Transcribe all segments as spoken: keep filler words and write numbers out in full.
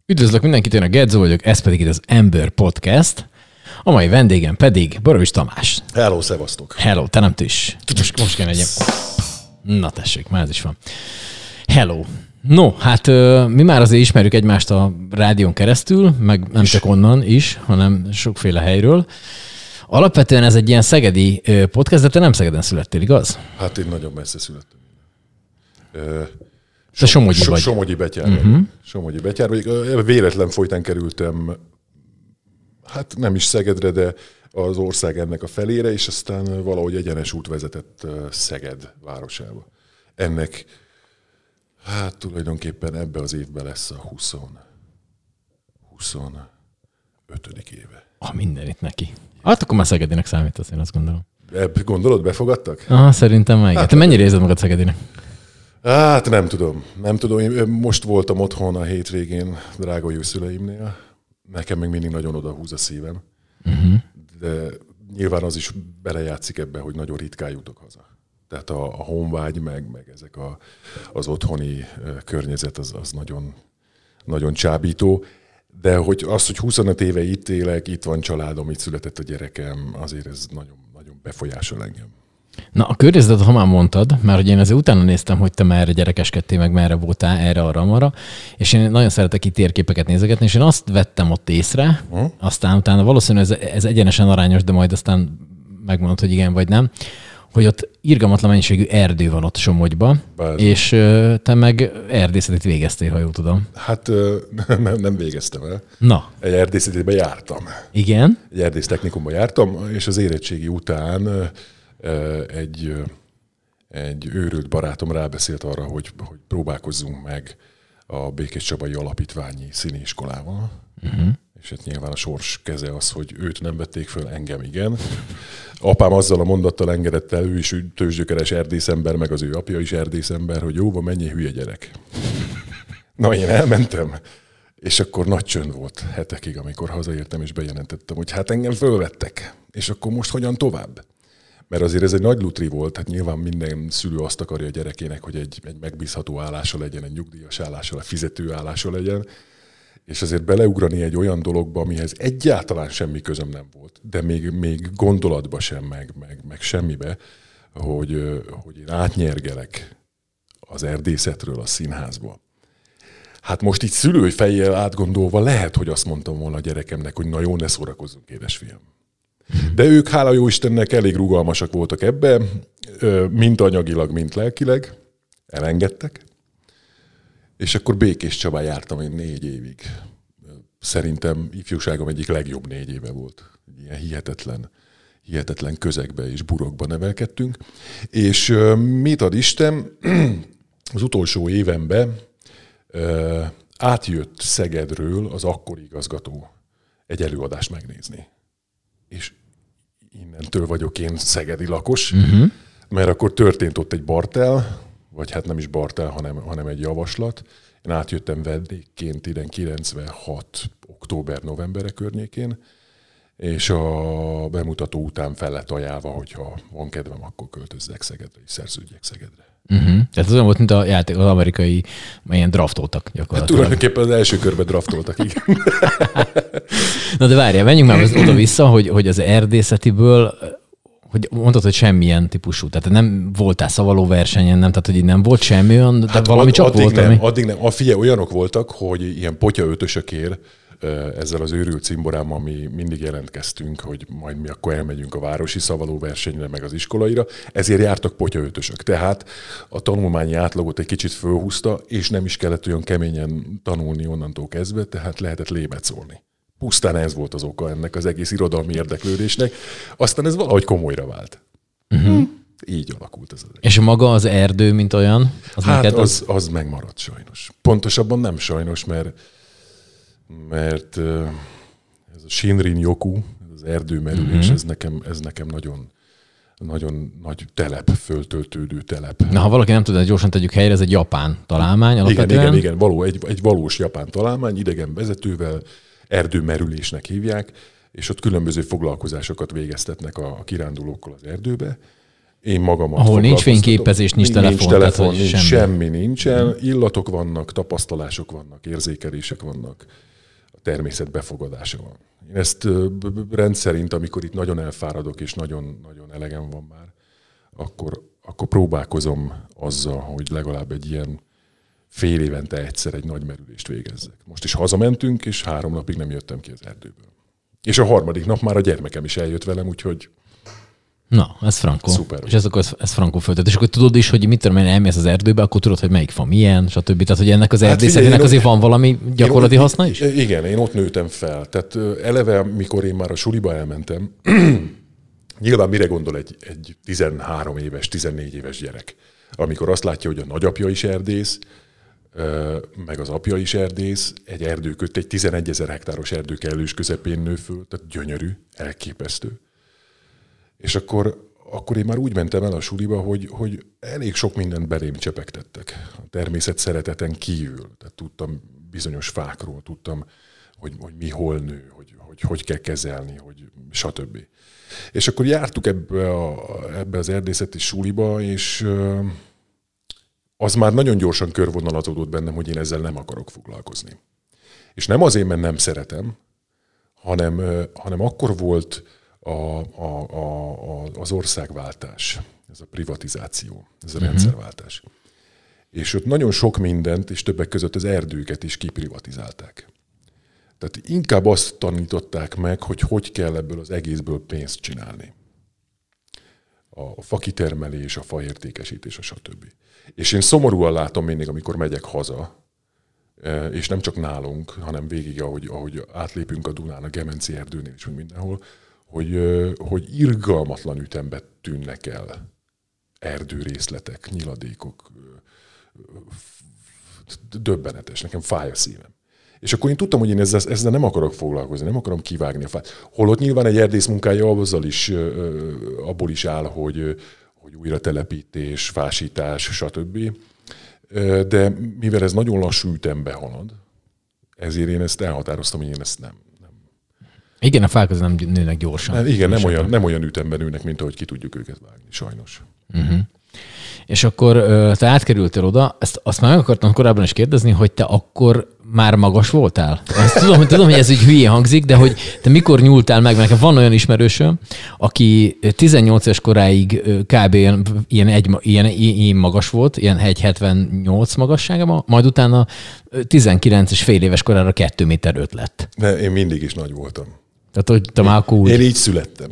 Üdvözlök mindenkit, én a Gedzo vagyok, ez pedig itt az Ember Podcast. A mai vendégem pedig Borovics Tamás. Hello, szevasztok. Hello, te nem is. Most, most kell megyem. Na tessék, már ez is van. Hello. No, hát mi már azért ismerjük egymást a rádión keresztül, meg nem is. Csak onnan is, hanem sokféle helyről. Alapvetően ez egy ilyen szegedi podcast, de te nem Szegeden születtél, igaz? Hát én nagyon messze születtem. Te Somogyi so, vagy. Somogyi betyár uh-huh. vagy. Somogyi betyár vagy. Véletlen folytán kerültem, hát nem is Szegedre, de az ország ennek a felére, és aztán valahogy egyenes út vezetett Szeged városába. Ennek, hát tulajdonképpen ebbe az évben lesz a huszonötödik éve. Ah, mindenit neki. Hát akkor már Szegedinek számítasz, én azt gondolom. Ebb, gondolod, befogadtak? Aha, szerintem már igen. Hát, te mennyire érzed magad Szegedinek? Hát nem tudom. Nem tudom. Én most voltam otthon a hétvégén drága jó szüleimnél. Nekem még mindig nagyon odahúz a szívem. Uh-huh. De nyilván az is belejátszik ebbe, hogy nagyon ritkán jutok haza. Tehát a, a honvágy, meg, meg ezek a, az otthoni környezet, az, az nagyon, nagyon csábító. De hogy az, hogy huszonöt éve itt élek, itt van családom, itt született a gyerekem, azért ez nagyon, nagyon befolyásol engem. Na, a környezetet, ha már mondtad, mert hogy én azért utána néztem, hogy te merre gyerekeskedtél, meg merre voltál, erre, arra, arra, és én nagyon szeretek itt térképeket nézegetni, és én azt vettem ott észre, uh-huh. aztán utána valószínűleg ez, ez egyenesen arányos, de majd aztán megmondod, hogy igen vagy nem, hogy ott irgalmatlan mennyiségű erdő van ott Somogyba, Bár. és te meg erdészetet végeztél, ha jól tudom. Hát nem, nem végeztem el. Na. Egy erdészetében jártam. Igen? Egy erdésztechnikumban jártam, és az érettségi után egy, egy őrült barátom rábeszélt arra, hogy, hogy próbálkozzunk meg a Békéscsabai Alapítványi Színiiskolával. Uh-huh. És hát nyilván a sors keze az, hogy őt nem vették föl, engem igen. Apám azzal a mondattal engedett el, ő is tőzsgyökeres erdészember, meg az ő apja is erdészember, hogy jó, van, mennyi hülye gyerek. Na, én elmentem, és akkor nagy csönd volt hetekig, amikor hazaértem, és bejelentettem, hogy hát engem fölvettek, és akkor most hogyan tovább? Mert azért ez egy nagy lutri volt, hát nyilván minden szülő azt akarja a gyerekének, hogy egy, egy megbízható állása legyen, egy nyugdíjas állása, egy fizető állása legyen, és azért beleugrani egy olyan dologba, amihez egyáltalán semmi közöm nem volt, de még, még gondolatba sem, meg, meg, meg semmibe, hogy, hogy én átnyergelek az erdészetről a színházba. Hát most így szülői fejjel átgondolva lehet, hogy azt mondtam volna a gyerekemnek, hogy na jó, ne szórakozzunk, édesfiam. De ők, hála jó Istennek, elég rugalmasak voltak ebbe, mint anyagilag, mint lelkileg, elengedtek. És akkor Békéscsabán jártam én négy évig. Szerintem ifjúságom egyik legjobb négy éve volt. Ilyen hihetetlen, hihetetlen közegbe és burokba nevelkedtünk. És mit ad Isten, az utolsó évemben átjött Szegedről az akkori igazgató egy előadást megnézni. És innentől vagyok én szegedi lakos, uh-huh. mert akkor történt ott egy bartel, vagy hát nem is bartel, hanem, hanem egy javaslat. Én átjöttem vendégként ide kilencvenhat október-novembere környékén, és a bemutató után fel lett ajánlva, hogyha van kedvem, akkor költözzek Szegedre, és szerződjek Szegedre. Uh-huh. Tehát az olyan volt, mint a játék, az amerikai ilyen draftoltak gyakorlatilag. Hát tulajdonképpen az első körben draftoltak, igen. Na de várjál, menjünk már oda-vissza, hogy, hogy az erdészetiből, hogy mondtad, hogy semmilyen típusú, tehát nem voltál szavalóversenyen, nem, tehát hogy így nem volt semmi olyan, de hát valami ad, csak addig volt, nem, ami... Addig nem. A figyelj, olyanok voltak, hogy ilyen potyaötösökért ezzel az őrült cimborámmal mi mindig jelentkeztünk, hogy majd mi akkor elmegyünk a városi szavalóversenyre, meg az iskolaira, ezért jártak potyaötösök. Tehát a tanulmányi átlagot egy kicsit fölhúzta, és nem is kellett olyan keményen tanulni onnantól kezdve, tehát lehetett lébecolni. Pusztán ez volt az oka ennek az egész irodalmi érdeklődésnek. Aztán ez valahogy komolyra vált. Uh-huh. Hm. Így alakult ez az egész. És maga az erdő, mint olyan? Az hát az, az megmaradt sajnos. Pontosabban nem sajnos, mert, mert ez a Shinrin-yoku, az erdőmerülés, uh-huh. ez, nekem, ez nekem nagyon, nagyon nagy telep, föltöltődő telep. Na, ha valaki nem tudja, gyorsan tegyük helyre, ez egy japán találmány alapvetően. Igen, igen, igen, való, egy, egy valós japán találmány, idegen vezetővel, erdőmerülésnek hívják, és ott különböző foglalkozásokat végeztetnek a kirándulókkal az erdőbe, Én magamat ahol nincs fényképezés, nincs telefon. Nincs telefon, nincs semmi. semmi nincsen. Hmm. Illatok vannak, tapasztalások vannak, érzékelések vannak, a természet befogadása van. Én ezt rendszerint, amikor itt nagyon elfáradok, és nagyon, nagyon elegem van már, akkor, akkor próbálkozom azzal, hogy legalább egy ilyen fél évente egyszer egy nagy merülést végezzek. Most is hazamentünk, és három napig nem jöttem ki az erdőből. És a harmadik nap már a gyermekem is eljött velem, úgyhogy... Na, ez frankó. Szuper. És ez, akkor, ez frankó föltet. És akkor tudod is, hogy mit tudom, én elmész az erdőbe, akkor tudod, hogy melyik fa milyen, stb. Tehát, hogy ennek az erdészetének hát azért van valami gyakorlati haszna is? Igen, én ott nőttem fel. Tehát eleve, mikor én már a suliba elmentem, nyilván mire gondol egy, egy tizenhárom éves, tizennégy éves gyerek, amikor azt látja, hogy a nagyapja is erdész, meg az apja is erdész, egy erdő közt, egy tizenegyezer hektáros erdő kellős közepén nő föl, tehát gyönyörű, elképesztő. És akkor, akkor én már úgy mentem el a suliba, hogy, hogy elég sok mindent belém csepegtettek. A természet szereteten kívül. Tehát tudtam bizonyos fákról, tudtam, hogy, hogy mi hol nő, hogy, hogy hogy kell kezelni, hogy stb. És akkor jártuk ebbe, a, ebbe az erdészeti suliba, és az már nagyon gyorsan körvonalazódott bennem, hogy én ezzel nem akarok foglalkozni. És nem azért, mert nem szeretem, hanem, hanem akkor volt a, a, a, az országváltás, ez a privatizáció, ez a uh-huh. rendszerváltás. És ott nagyon sok mindent, és többek között az erdőket is kiprivatizálták. Tehát inkább azt tanították meg, hogy hogy kell ebből az egészből pénzt csinálni. A fakitermelés, a faértékesítés, a stb. És én szomorúan látom mindig, amikor megyek haza, és nem csak nálunk, hanem végig, ahogy, ahogy átlépünk a Dunán, a Gemenci erdőnél is, mindenhol, hogy, hogy irgalmatlan ütemben tűnnek el erdőrészletek, nyiladékok. Döbbenetes, nekem fáj a szívem. És akkor én tudtam, hogy én ezzel, ezzel nem akarok foglalkozni, nem akarom kivágni a fát. Holott nyilván egy erdész munkája azzal is, abból is áll, hogy, hogy újratelepítés, fásítás, stb. De mivel ez nagyon lassú ütembe halad, ezért én ezt elhatároztam, hogy én ezt nem. nem. Igen, a fák az nem nőnek gyorsan. Nem, igen, nem olyan, nem olyan ütemben nőnek, mint ahogy ki tudjuk őket vágni, sajnos. Uh-huh. És akkor te átkerültél oda, ezt, azt már meg akartam korábban is kérdezni, hogy te akkor már magas voltál? Azt tudom, hogy, tudom, hogy ez így hülyén hangzik, de hogy te mikor nyúltál meg? Mert nekem van olyan ismerősöm, aki tizennyolc éves koráig kb. ilyen, egy, ilyen, ilyen magas volt, ilyen egy hetvennyolc magasságában, majd utána tizenkilenc és fél éves korára kettő méter öt lett. De én mindig is nagy voltam. Tehát, hogy te már akkor úgy... Én így születtem.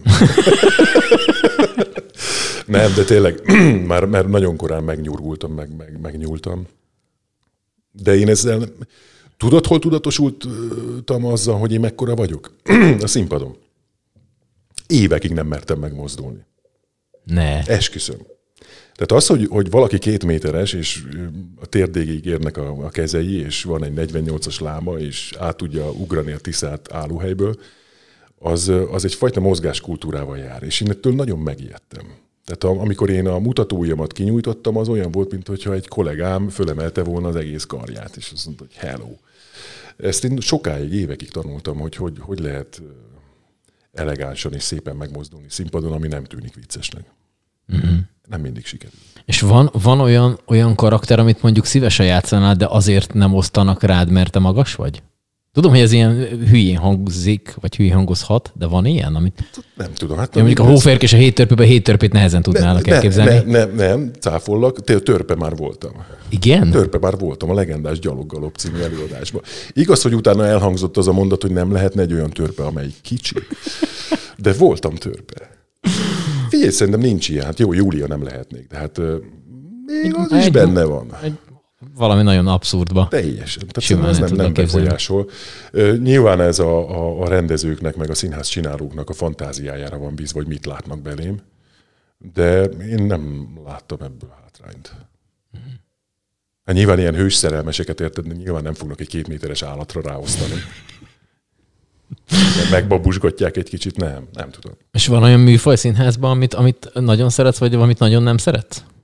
Nem, de tényleg már, már nagyon korán megnyurgultam, meg, meg, megnyúltam. De én ezzel... Tudod, hol tudatosultam azzal, hogy én mekkora vagyok? A színpadon. Évekig nem mertem megmozdulni. Ne. Esküszöm. Tehát az, hogy, hogy valaki két méteres, és a térdégig érnek a, a kezei, és van egy negyvennyolcas lába, és át tudja ugrani a Tiszát állóhelyből, az, az egyfajta mozgáskultúrával jár. És én ettől nagyon megijedtem. Tehát amikor én a mutatóimat kinyújtottam, az olyan volt, mintha egy kollégám fölemelte volna az egész karját, és azt mondta, hogy hello. Ezt én sokáig, évekig tanultam, hogy hogy, hogy lehet elegánsan és szépen megmozdulni színpadon, ami nem tűnik viccesnek. Uh-huh. Nem mindig sikerül. És van, van olyan, olyan karakter, amit mondjuk szívesen játszanál, de azért nem osztanak rád, mert te magas vagy? Tudom, hogy ez ilyen hülyén hangzik, vagy hülyén hangozhat, de van ilyen, amit... Nem tudom. Hát mondjuk a hóférk és a héttörpében a héttörpét nehezen tudnának ne, elképzelni. Nem, ne, nem, cáfollak, törpe már voltam. Igen? Törpe már voltam a legendás Gyaloggalop című előadásban. Igaz, hogy utána elhangzott az a mondat, hogy nem lehetne egy olyan törpe, amelyik kicsi. De voltam törpe. Figyelj, szerintem nincs ilyen. Hát jó, Júlia nem lehetnék, de hát még az egy, is benne van. Egy, valami nagyon abszurdba. Teljesen. Tehát ez nem, nem befolyásol. Nyilván ez a, a, a rendezőknek, meg a színház csinálóknak a fantáziájára van bízva, hogy mit látnak belém, de én nem láttam ebből hátrányt. Uh-huh. Hát nyilván ilyen hős szerelmeseket érted, nyilván nem fognak egy két méteres állatra ráosztani. Megbabusgatják egy kicsit, nem, nem tudom. És van olyan műfaj színházban, amit, amit nagyon szeretsz, vagy amit nagyon nem szeretsz?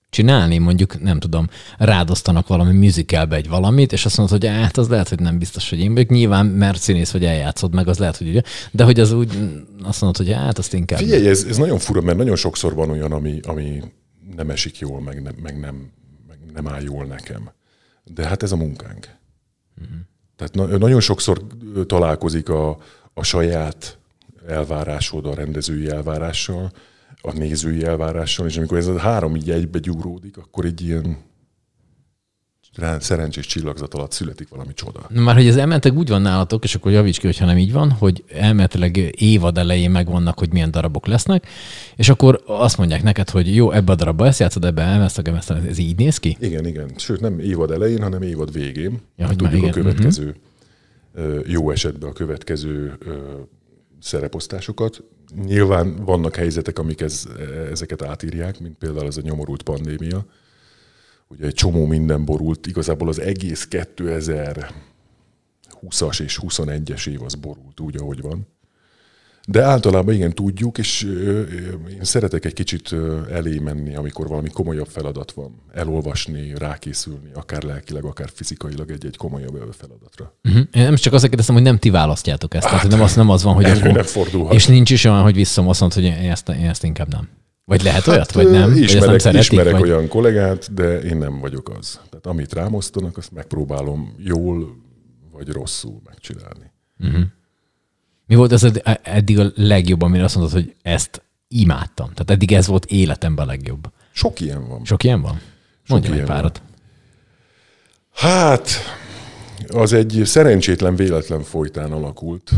csinálni, mondjuk, nem tudom, rádosztanak valami musicalbe egy valamit, és azt mondod, hogy hát az lehet, hogy nem biztos, hogy én vagyok. Nyilván, mert színész vagy eljátszod meg, az lehet, hogy ugye, de hogy az úgy azt mondod, hogy hát azt inkább... Figyelj, ez, ez nagyon fura, mert nagyon sokszor van olyan, ami, ami nem esik jól, meg, ne, meg, nem, meg nem áll jól nekem. De hát ez a munkánk. Uh-huh. Tehát na, nagyon sokszor találkozik a, a saját elvárásod, a rendezői elvárással, a nézői elvárással, és amikor ez a három így egybe gyúródik, akkor egy ilyen szerencsés csillagzat alatt születik valami csoda. Már hogy ez elméletileg úgy van nálatok, és akkor javíts ki, hogyha nem így van, hogy elméletileg évad elején megvannak, hogy milyen darabok lesznek, és akkor azt mondják neked, hogy jó, ebbe a darabba ezt játszod, ebbe elmesztek, ezt, ez így néz ki? Igen, igen. Sőt, nem évad elején, hanem évad végén. Ja, hogy tudjuk a következő, uh-huh. jó esetben a következő szereposztásokat. Nyilván vannak helyzetek, amik ez, ezeket átírják, mint például az a nyomorult pandémia. Ugye egy csomó minden borult, igazából az egész kétezer-húszas és huszonegyes év az borult úgy, ahogy van. De általában igen, tudjuk, és én szeretek egy kicsit elé menni, amikor valami komolyabb feladat van. Elolvasni, rákészülni, akár lelkileg, akár fizikailag egy-egy komolyabb feladatra. Uh-huh. Én nem csak azért kérdeztem, hogy nem ti választjátok ezt. Hát, tehát nem az, nem az van, hogy akkor... nem fordulhat. És nincs is olyan, hogy visszam azt mondod, hogy én ezt, én ezt inkább nem. Vagy lehet hát, olyat, vagy nem? Ismerek, vagy nem szeretik, ismerek vagy... olyan kollégát, de én nem vagyok az. Tehát amit rám osztanak, azt megpróbálom jól vagy rosszul megcsinálni. Uh-huh. Mi volt az eddig a legjobb, amire azt mondod, hogy ezt imádtam? Tehát eddig ez volt életemben a legjobb. Sok ilyen van. Sok ilyen van? Mondjam egy párat. Van. Hát, az egy szerencsétlen véletlen folytán alakult.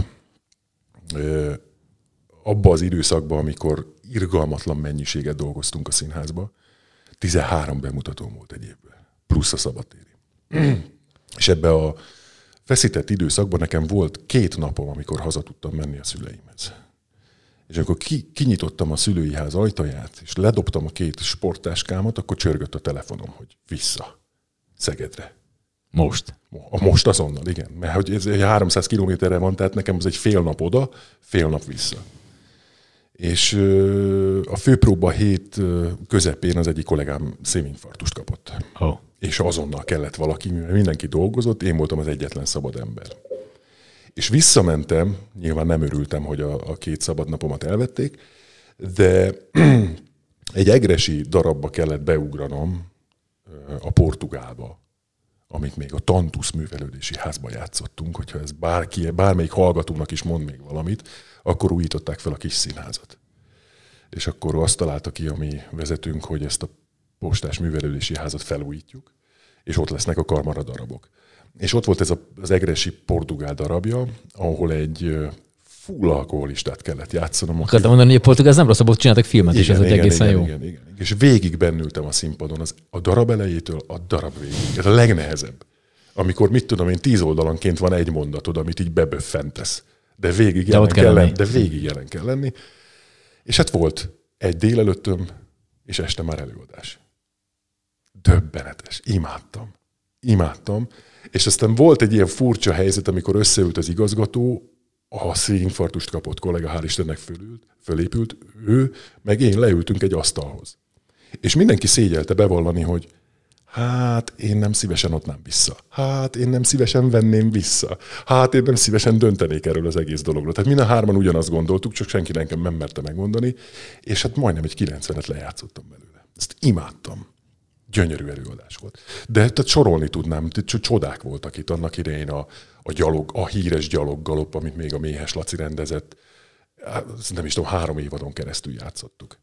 Abba az időszakban, amikor irgalmatlan mennyiséget dolgoztunk a színházba, tizenhárom bemutatóm volt egy évben, plusz a szabadtéri. És ebbe a feszített időszakban nekem volt két napom, amikor haza tudtam menni a szüleimhez. És amikor ki, kinyitottam a szülői ház ajtaját, és ledobtam a két sporttáskámat, akkor csörgött a telefonom, hogy vissza, Szegedre. Most? A most azonnal, igen. Mert hogy ez háromszáz kilométerre van, tehát nekem az egy fél nap oda, fél nap vissza. És a főpróba hét közepén az egyik kollégám szívinfarktust kapott. Oh. És azonnal kellett valaki, mivel mindenki dolgozott, én voltam az egyetlen szabad ember. És visszamentem, nyilván nem örültem, hogy a, a két szabad napomat elvették, de egy egresi darabba kellett beugranom a Portugálba, amit még a Tantusz művelődési házban játszottunk, hogyha ez bárki, bármelyik hallgatónak is mond még valamit, akkor újították fel a kis színházat. És akkor azt találta ki a mi vezetőnk, hogy ezt a postás művelődési házat felújítjuk, és ott lesznek a Karmara darabok. És ott volt ez a, az egresi portugál darabja, ahol egy full alkoholistát kellett játszanom. Akartam mondani, hogy a portugál nem rosszabb, csináltak filmet igen, is, ez igen, egy egészen igen, jó. Igen, igen, igen. És végig bennültem a színpadon, az, a darab elejétől a darab végig. Ez a legnehezebb. Amikor, mit tudom én, tíz oldalanként van egy mondatod, amit így beböffentesz. De végig jelen de kell, kell lenni. De végig jelen kell lenni. És hát volt egy délelőttöm, és este már előadás. Döbbenetes. Imádtam. Imádtam. És aztán volt egy ilyen furcsa helyzet, amikor összeült az igazgató, a szívinfarktust kapott kollega, hál' Istennek fölült, fölépült, ő, meg én leültünk egy asztalhoz. És mindenki szégyelte bevallani, hogy hát én nem szívesen adnám vissza. Hát én nem szívesen venném vissza. Hát én nem szívesen döntenék erről az egész dologról. Tehát mind a hárman ugyanazt gondoltuk, csak senki nekem nem merte megmondani, és hát majdnem egy kilencvenet lejátszottam belőle. Ezt imádtam. Gyönyörű előadás volt. De tehát sorolni tudnám, csodák voltak itt annak idején a, a gyalog, a híres gyaloggalop, amit még a Méhes Laci rendezett. Nem is tudom, három évadon keresztül játszottuk.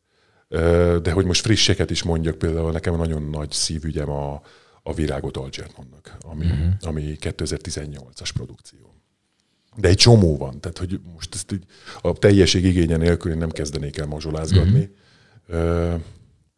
De hogy most frisseket is mondjak, például nekem nagyon nagy szívügyem a, a Virágot Algermonnak, ami, uh-huh. ami kétezer-tizennyolcas produkció. De egy csomó van, tehát hogy most ezt így a teljesség igénye nélkül én nem kezdenék el mazsolázgatni. Uh-huh. Uh,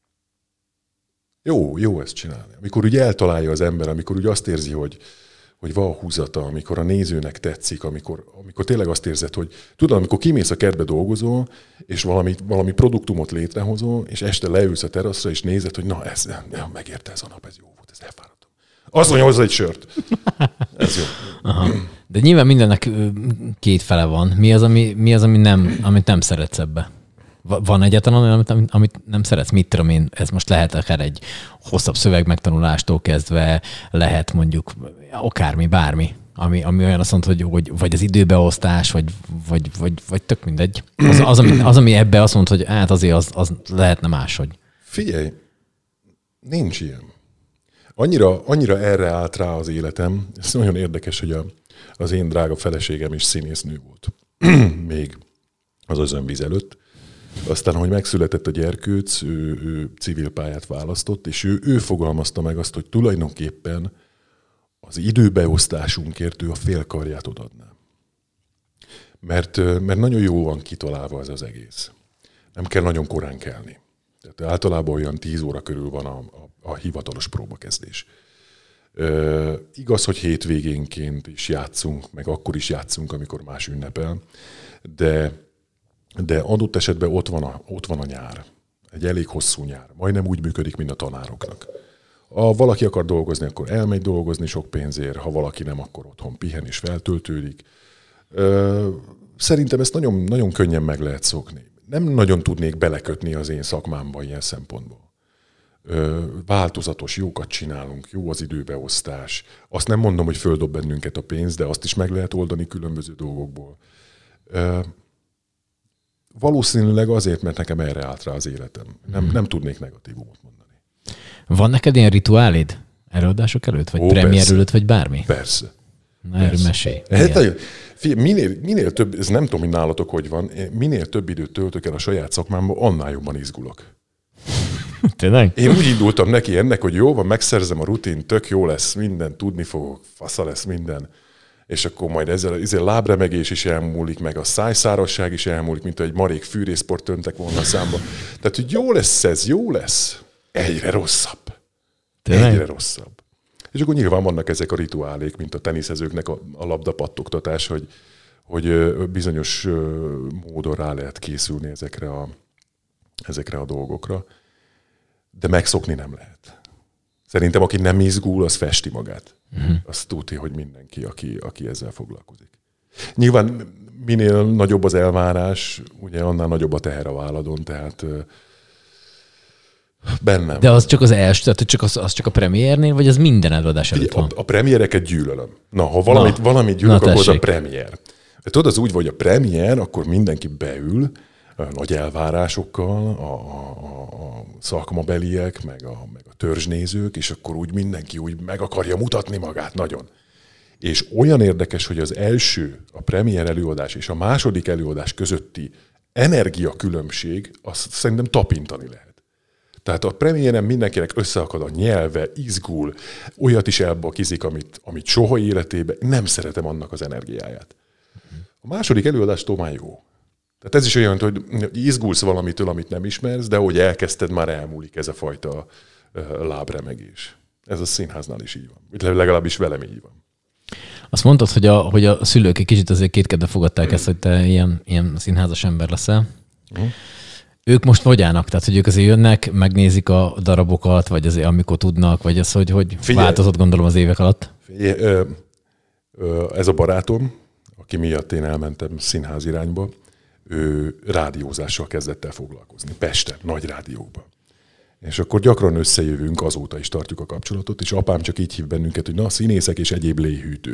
jó, jó ezt csinálni. Amikor úgy eltalálja az ember, amikor úgy azt érzi, hogy, hogy van húzata, amikor a nézőnek tetszik, amikor, amikor tényleg azt érzed, hogy tudod, amikor kimész a kertbe dolgozol, és valami, valami produktumot létrehozol, és este leülsz a teraszra, és nézed, hogy na, ez, megérte ez a nap, ez jó volt, ez elfáradtam. Azt mondja, hozzá egy sört. Ez jó. Aha. De nyilván mindennek két fele van. Mi az, ami, mi az, ami nem, amit nem szeretsz ebbe? Van egyáltalán olyan, amit, amit nem szeretsz? Mit tudom én, ez most lehet akár egy hosszabb szöveg megtanulástól kezdve, lehet mondjuk akármi, bármi, ami, ami olyan azt mondta, hogy, hogy vagy az időbeosztás, vagy, vagy, vagy, vagy tök mindegy. Az, az, ami, az, ami ebbe azt mondta, hogy hát azért az, az lehetne máshogy. Figyelj, nincs ilyen. Annyira, annyira erre állt rá az életem, ez nagyon érdekes, hogy a, az én drága feleségem is színésznő volt. Még az özönvíz előtt. Aztán, hogy megszületett a gyerkőc, ő, ő civil pályát választott, és ő, ő fogalmazta meg azt, hogy tulajdonképpen az időbeosztásunkért ő a félkarját odaadná. Mert, mert nagyon jó van kitalálva ez az egész. Nem kell nagyon korán kelni. Tehát általában olyan tíz óra körül van a, a, a hivatalos próbakezdés. Ö, igaz, hogy hétvégénként is játszunk, meg akkor is játszunk, amikor más ünnepel, de, de adott esetben ott van, a, ott van a nyár. Egy elég hosszú nyár. Majdnem úgy működik, mint a tanároknak. Ha valaki akar dolgozni, akkor elmegy dolgozni sok pénzért, ha valaki nem, akkor otthon pihen és feltöltődik. Ö, szerintem ezt nagyon, nagyon könnyen meg lehet szokni. Nem nagyon tudnék belekötni az én szakmámba ilyen szempontból. Ö, változatos, jókat csinálunk, jó az időbeosztás. Azt nem mondom, hogy földob bennünket a pénz, de azt is meg lehet oldani különböző dolgokból. Ö, valószínűleg azért, mert nekem erre állt rá az életem. Nem, nem tudnék negatívumot mondani. Van neked ilyen rituáléd előadások előtt? Vagy premier előtt, vagy bármi? Persze. Na, erről mesélj. Hát, figyelj, minél, minél több, ez nem tudom, hogy nálatok hogy van, minél több időt töltök el a saját szakmámban, annál jobban izgulok. Tényleg? Én úgy indultam neki ennek, hogy jó van, megszerzem a rutin, tök jó lesz, minden, tudni fogok, fasza lesz minden. És akkor majd ezzel, ezzel lábremegés is elmúlik, meg a szájszárasság is elmúlik, mint egy marék fűrészport töntek volna számba. Tehát, hogy jó lesz ez, jó lesz. Egyre rosszabb. Tényleg? Egyre rosszabb. És akkor nyilván vannak ezek a rituálék, mint a teniszezőknek a, a labdapattogtatás, hogy, hogy bizonyos módon rá lehet készülni ezekre a, ezekre a dolgokra. De megszokni nem lehet. Szerintem, aki nem izgul, az festi magát. Uh-huh. Azt tudja, hogy mindenki, aki, aki ezzel foglalkozik. Nyilván minél nagyobb az elvárás, ugye annál nagyobb a teher a válladon, tehát bennem. De az csak az első, tehát csak az, az csak a premiérnél, vagy az minden előadás előtt van? A, a premiereket gyűlölöm. Na, ha valamit, Na. valamit gyűlölök, akkor az a premier. De tudod, az úgy, hogy a premier, akkor mindenki beül, nagy elvárásokkal, a, a, a szakmabeliek, meg a, meg a törzsnézők, és akkor úgy mindenki úgy meg akarja mutatni magát nagyon. És olyan érdekes, hogy az első, a premier előadás és a második előadás közötti energiakülönbség, azt szerintem tapintani lehet. Tehát a premiéren mindenkinek összeakad a nyelve, izgul, olyat is elbakizik, amit, amit soha életében, nem szeretem annak az energiáját. A második előadástól már jó. Tehát ez is olyan, hogy izgulsz valamitől, amit nem ismersz, de hogy elkezdted, már elmúlik ez a fajta lábremegés. Ez a színháznál is így van. Legalábbis velem így van. Azt mondtad, hogy a, hogy a szülők egy kicsit azért kétkedve fogadták ezt, hogy te ilyen, ilyen színházas ember leszel. Uh-huh. Ők most hogy állnak? Tehát, hogy ők azért jönnek, megnézik a darabokat, vagy azért amikor tudnak, vagy az, hogy, hogy változott gondolom az évek alatt? Figyelj, ö, ö, ez a barátom, aki miatt én elmentem színház irányba, ő rádiózással kezdett el foglalkozni. Pesten, nagy rádiókban. És akkor gyakran összejövünk, azóta is tartjuk a kapcsolatot, és apám csak így hív bennünket, hogy na, színészek és egyéb léhűtők.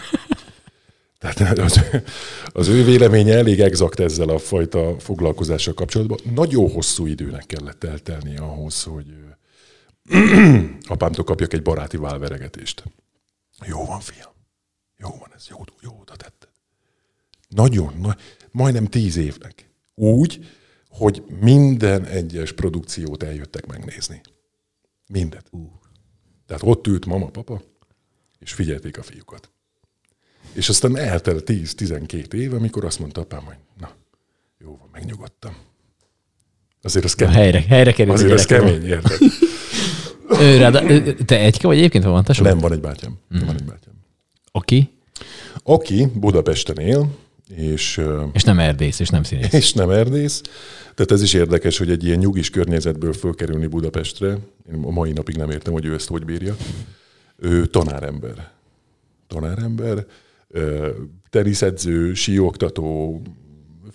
Tehát az, az ő véleménye elég exakt ezzel a fajta foglalkozással kapcsolatban. Nagyon hosszú időnek kellett eltelnie ahhoz, hogy apámtól kapjak egy baráti válveregetést. Jó van, fiam. Jó van, ez jó, jó oda tetted. Nagyon, na, majdnem tíz évnek. Úgy, hogy minden egyes produkciót eljöttek megnézni. Mindet. Uh. Tehát ott ült mama, papa, és figyelték a fiúkat. És aztán eltelt tíz-tizenkét év, amikor azt mondta apám, hogy na, jó van, megnyugodtam. Azért az kemény. Helyre, helyre kerül. Azért az kemény, érted? Ő, ráda, te egyke vagy egyébként van tesó? Nem, van egy bátyám. Mm. Van egy bátyám. Aki? Aki Budapesten él, és... És nem erdész, és nem színész. És nem erdész. Tehát ez is érdekes, hogy egy ilyen nyugis környezetből fölkerülni Budapestre. Én a mai napig nem értem, hogy ő ezt hogy bírja. Ő tanárember. Tanárember, teniszedző, síoktató,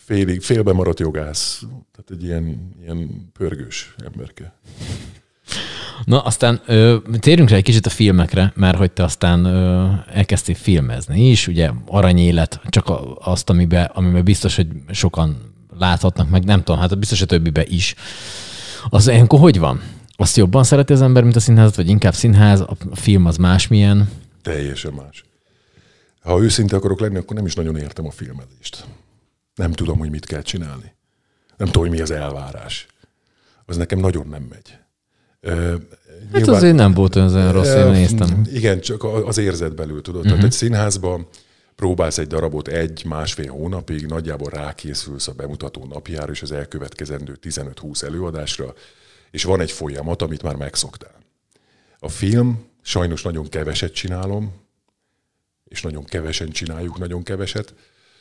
félig, félbe maradt jogász. Tehát egy ilyen, ilyen pörgős emberke. Na, aztán ö, térjünk rá egy kicsit a filmekre, mert hogy te aztán ö, elkezdtél filmezni is, ugye Aranyélet, csak a, azt, amiben, amiben biztos, hogy sokan láthatnak, meg nem tudom, hát biztos a többibe is. Az ilyenkor hogy van? Azt jobban szereti az ember, mint a színházat, vagy inkább színház? A film az másmilyen? Teljesen más. Ha őszinte akarok lenni, akkor nem is nagyon értem a filmezést. Nem tudom, hogy mit kell csinálni. Nem tudom, hogy mi az elvárás. Az nekem nagyon nem megy. Uh, hát nyilván, azért nem volt olyan rossz, én néztem. Igen, csak az érzet belül, tudod. Uh-huh. Tehát egy színházban próbálsz egy darabot egy-másfél hónapig, nagyjából rákészülsz a bemutató napjára és az elkövetkezendő tizenöt-húsz előadásra, és van egy folyamat, amit már megszoktál. A film, sajnos nagyon keveset csinálom, és nagyon kevesen csináljuk, nagyon keveset,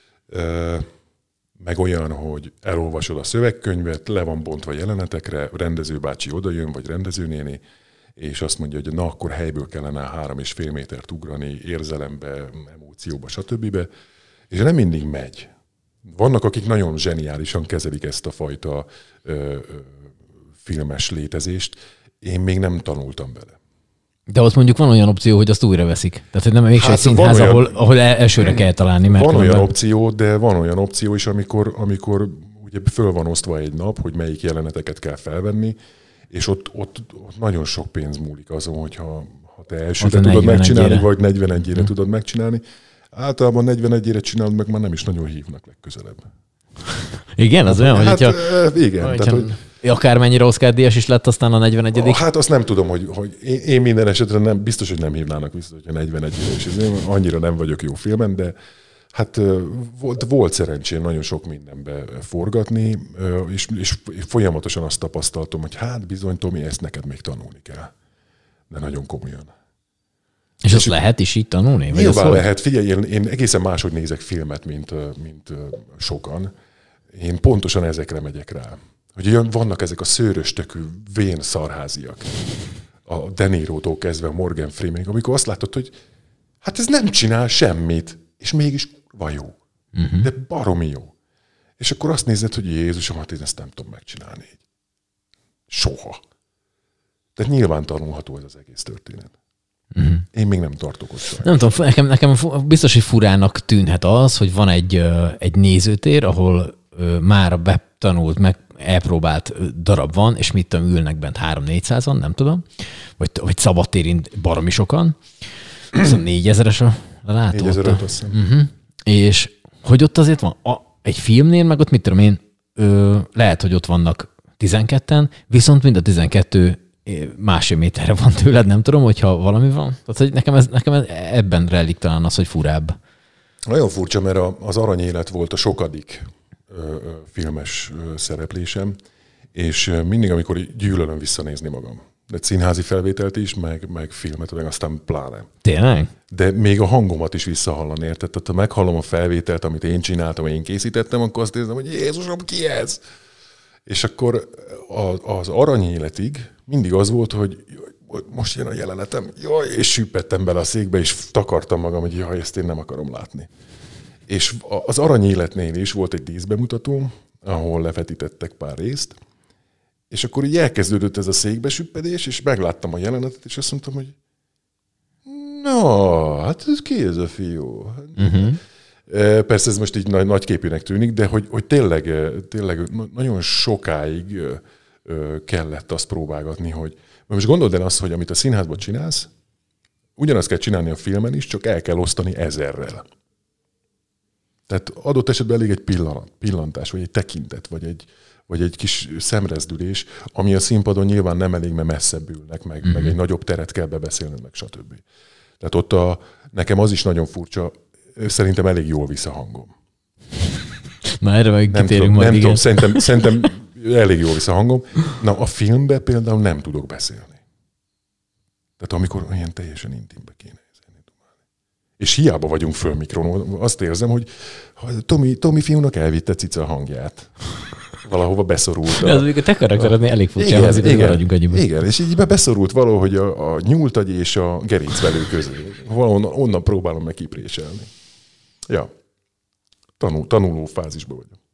meg olyan, hogy elolvasod a szövegkönyvet, le van bontva jelenetekre, rendezőbácsi odajön, vagy rendezőnéni, és azt mondja, hogy na, akkor helyből kellene három és fél métert ugrani, érzelembe, emócióba, stb. És nem mindig megy. Vannak, akik nagyon zseniálisan kezelik ezt a fajta ö, ö, filmes létezést. Én még nem tanultam bele. De ott mondjuk van olyan opció, hogy azt újra veszik. Tehát, hogy nem mégse hát, egy színház, olyan, ahol, ahol elsőre kell találni. Mert van olyan be... opció, de van olyan opció is, amikor, amikor ugye föl van osztva egy nap, hogy melyik jeleneteket kell felvenni, és ott, ott, ott nagyon sok pénz múlik azon, hogyha ha te elsőre tudod megcsinálni, vagy negyvenegyére hmm. tudod megcsinálni. Általában negyvenegyére csinálod, meg már nem is nagyon hívnak legközelebb. Igen, az olyan, hát, hogyha... Igen. Hogyha... Tehát, hogy akármennyire Oscar-díjas is lett aztán a negyvenegyedik Hát azt nem tudom, hogy, hogy én, én minden esetre nem, biztos, hogy nem hívnának vissza, hogyha negyvenegyére is. Annyira nem vagyok jó filmen, de hát volt, volt szerencsém nagyon sok mindenbe forgatni, és, és folyamatosan azt tapasztaltam, hogy hát bizony, Tomi, ezt neked még tanulni kell. De nagyon komolyan. És, és azt lehet is így tanulni? Vagy nyilván lehet. Figyelj, én, én egészen máshogy nézek filmet, mint, mint sokan. Én pontosan ezekre megyek rá. Hogy vannak ezek a szőrös tökű vén szarháziak. A De Nirótól kezdve a Morgan Freemanig, amikor azt látod, hogy hát ez nem csinál semmit, és mégis van jó. Uh-huh. De baromi jó. És akkor azt nézed, hogy Jézusom, hát én ezt nem tudom megcsinálni így. Soha. Tehát nyilván tanulható ez az egész történet. Uh-huh. Én még nem tartok ott. Nem tudom, nekem, nekem biztos, hogy furának tűnhet az, hogy van egy, egy nézőtér, ahol már betanult, meg elpróbált darab van, és mit tudom, ülnek bent három-négyszázan, nem tudom, vagy, vagy szabadtérint baromi sokan. Szóval négyezeres a látó. négyezer-öt, azt hiszem. Uh-huh. És hogy ott azért van, a, egy filmnél, meg ott mit tudom én, ö, lehet, hogy ott vannak tizenketten, viszont mind a tizenkettő másfél méterre van tőled, nem tudom, hogyha valami van. Tehát, hogy nekem, ez, nekem ez, ebben rejlik talán az, hogy furább. Nagyon furcsa, mert az Aranyélet volt a sokadik filmes szereplésem, és mindig, amikor gyűlölöm visszanézni magam. De színházi felvételt is, meg, meg filmet, meg aztán pláne. Tényleg? De még a hangomat is visszahallani, érted? Tehát ha meghallom a felvételt, amit én csináltam, én készítettem, akkor azt érzem, hogy Jézusom, ki ez? És akkor az Aranyéletig mindig az volt, hogy most jön a jelenetem, jaj, és süppettem bele a székbe, és takartam magam, hogy jaj, ezt én nem akarom látni. És az Aranyéletnél is volt egy díszbemutató, ahol levetítettek pár részt, és akkor így elkezdődött ez a székbesüppedés, és megláttam a jelenetet, és azt mondtam, hogy na, hát ez ki ez a fiú? Uh-huh. Persze ez most így nagy, nagy képűnek tűnik, de hogy, hogy tényleg, tényleg nagyon sokáig kellett azt próbálgatni, hogy most gondold el azt, hogy amit a színházban csinálsz, ugyanazt kell csinálni a filmen is, csak el kell osztani ezerrel. Tehát adott esetben elég egy pillanat, pillantás, vagy egy tekintet, vagy egy, vagy egy kis szemrezdülés, ami a színpadon nyilván nem elég, mert messzebb ülnek, meg, mm-hmm. meg egy nagyobb teret kell bebeszélned, meg stb. Tehát ott a, nekem az is nagyon furcsa, szerintem elég jól visz a hangom. Na erre meg nem kitérünk tudom, majd, nem igen. tudom, szerintem, szerintem elég jól visz a hangom. Na a filmben például nem tudok beszélni. Tehát amikor ilyen teljesen intimbe kéne. És hiába vagyunk föl mikron, azt érzem, hogy Tomi, Tomi fiúnak elvitte cica hangját. Valahova beszorult. De az még a te karakterednél elég furcsa, igen, azért igen, maradjunk annyiban. Igen, és így beszorult valahogy a, a nyúltagy és a gerincvelő közé. Valahonnan onnan próbálom meg kipréselni. Ja, Tanul, tanuló fázisban vagyok.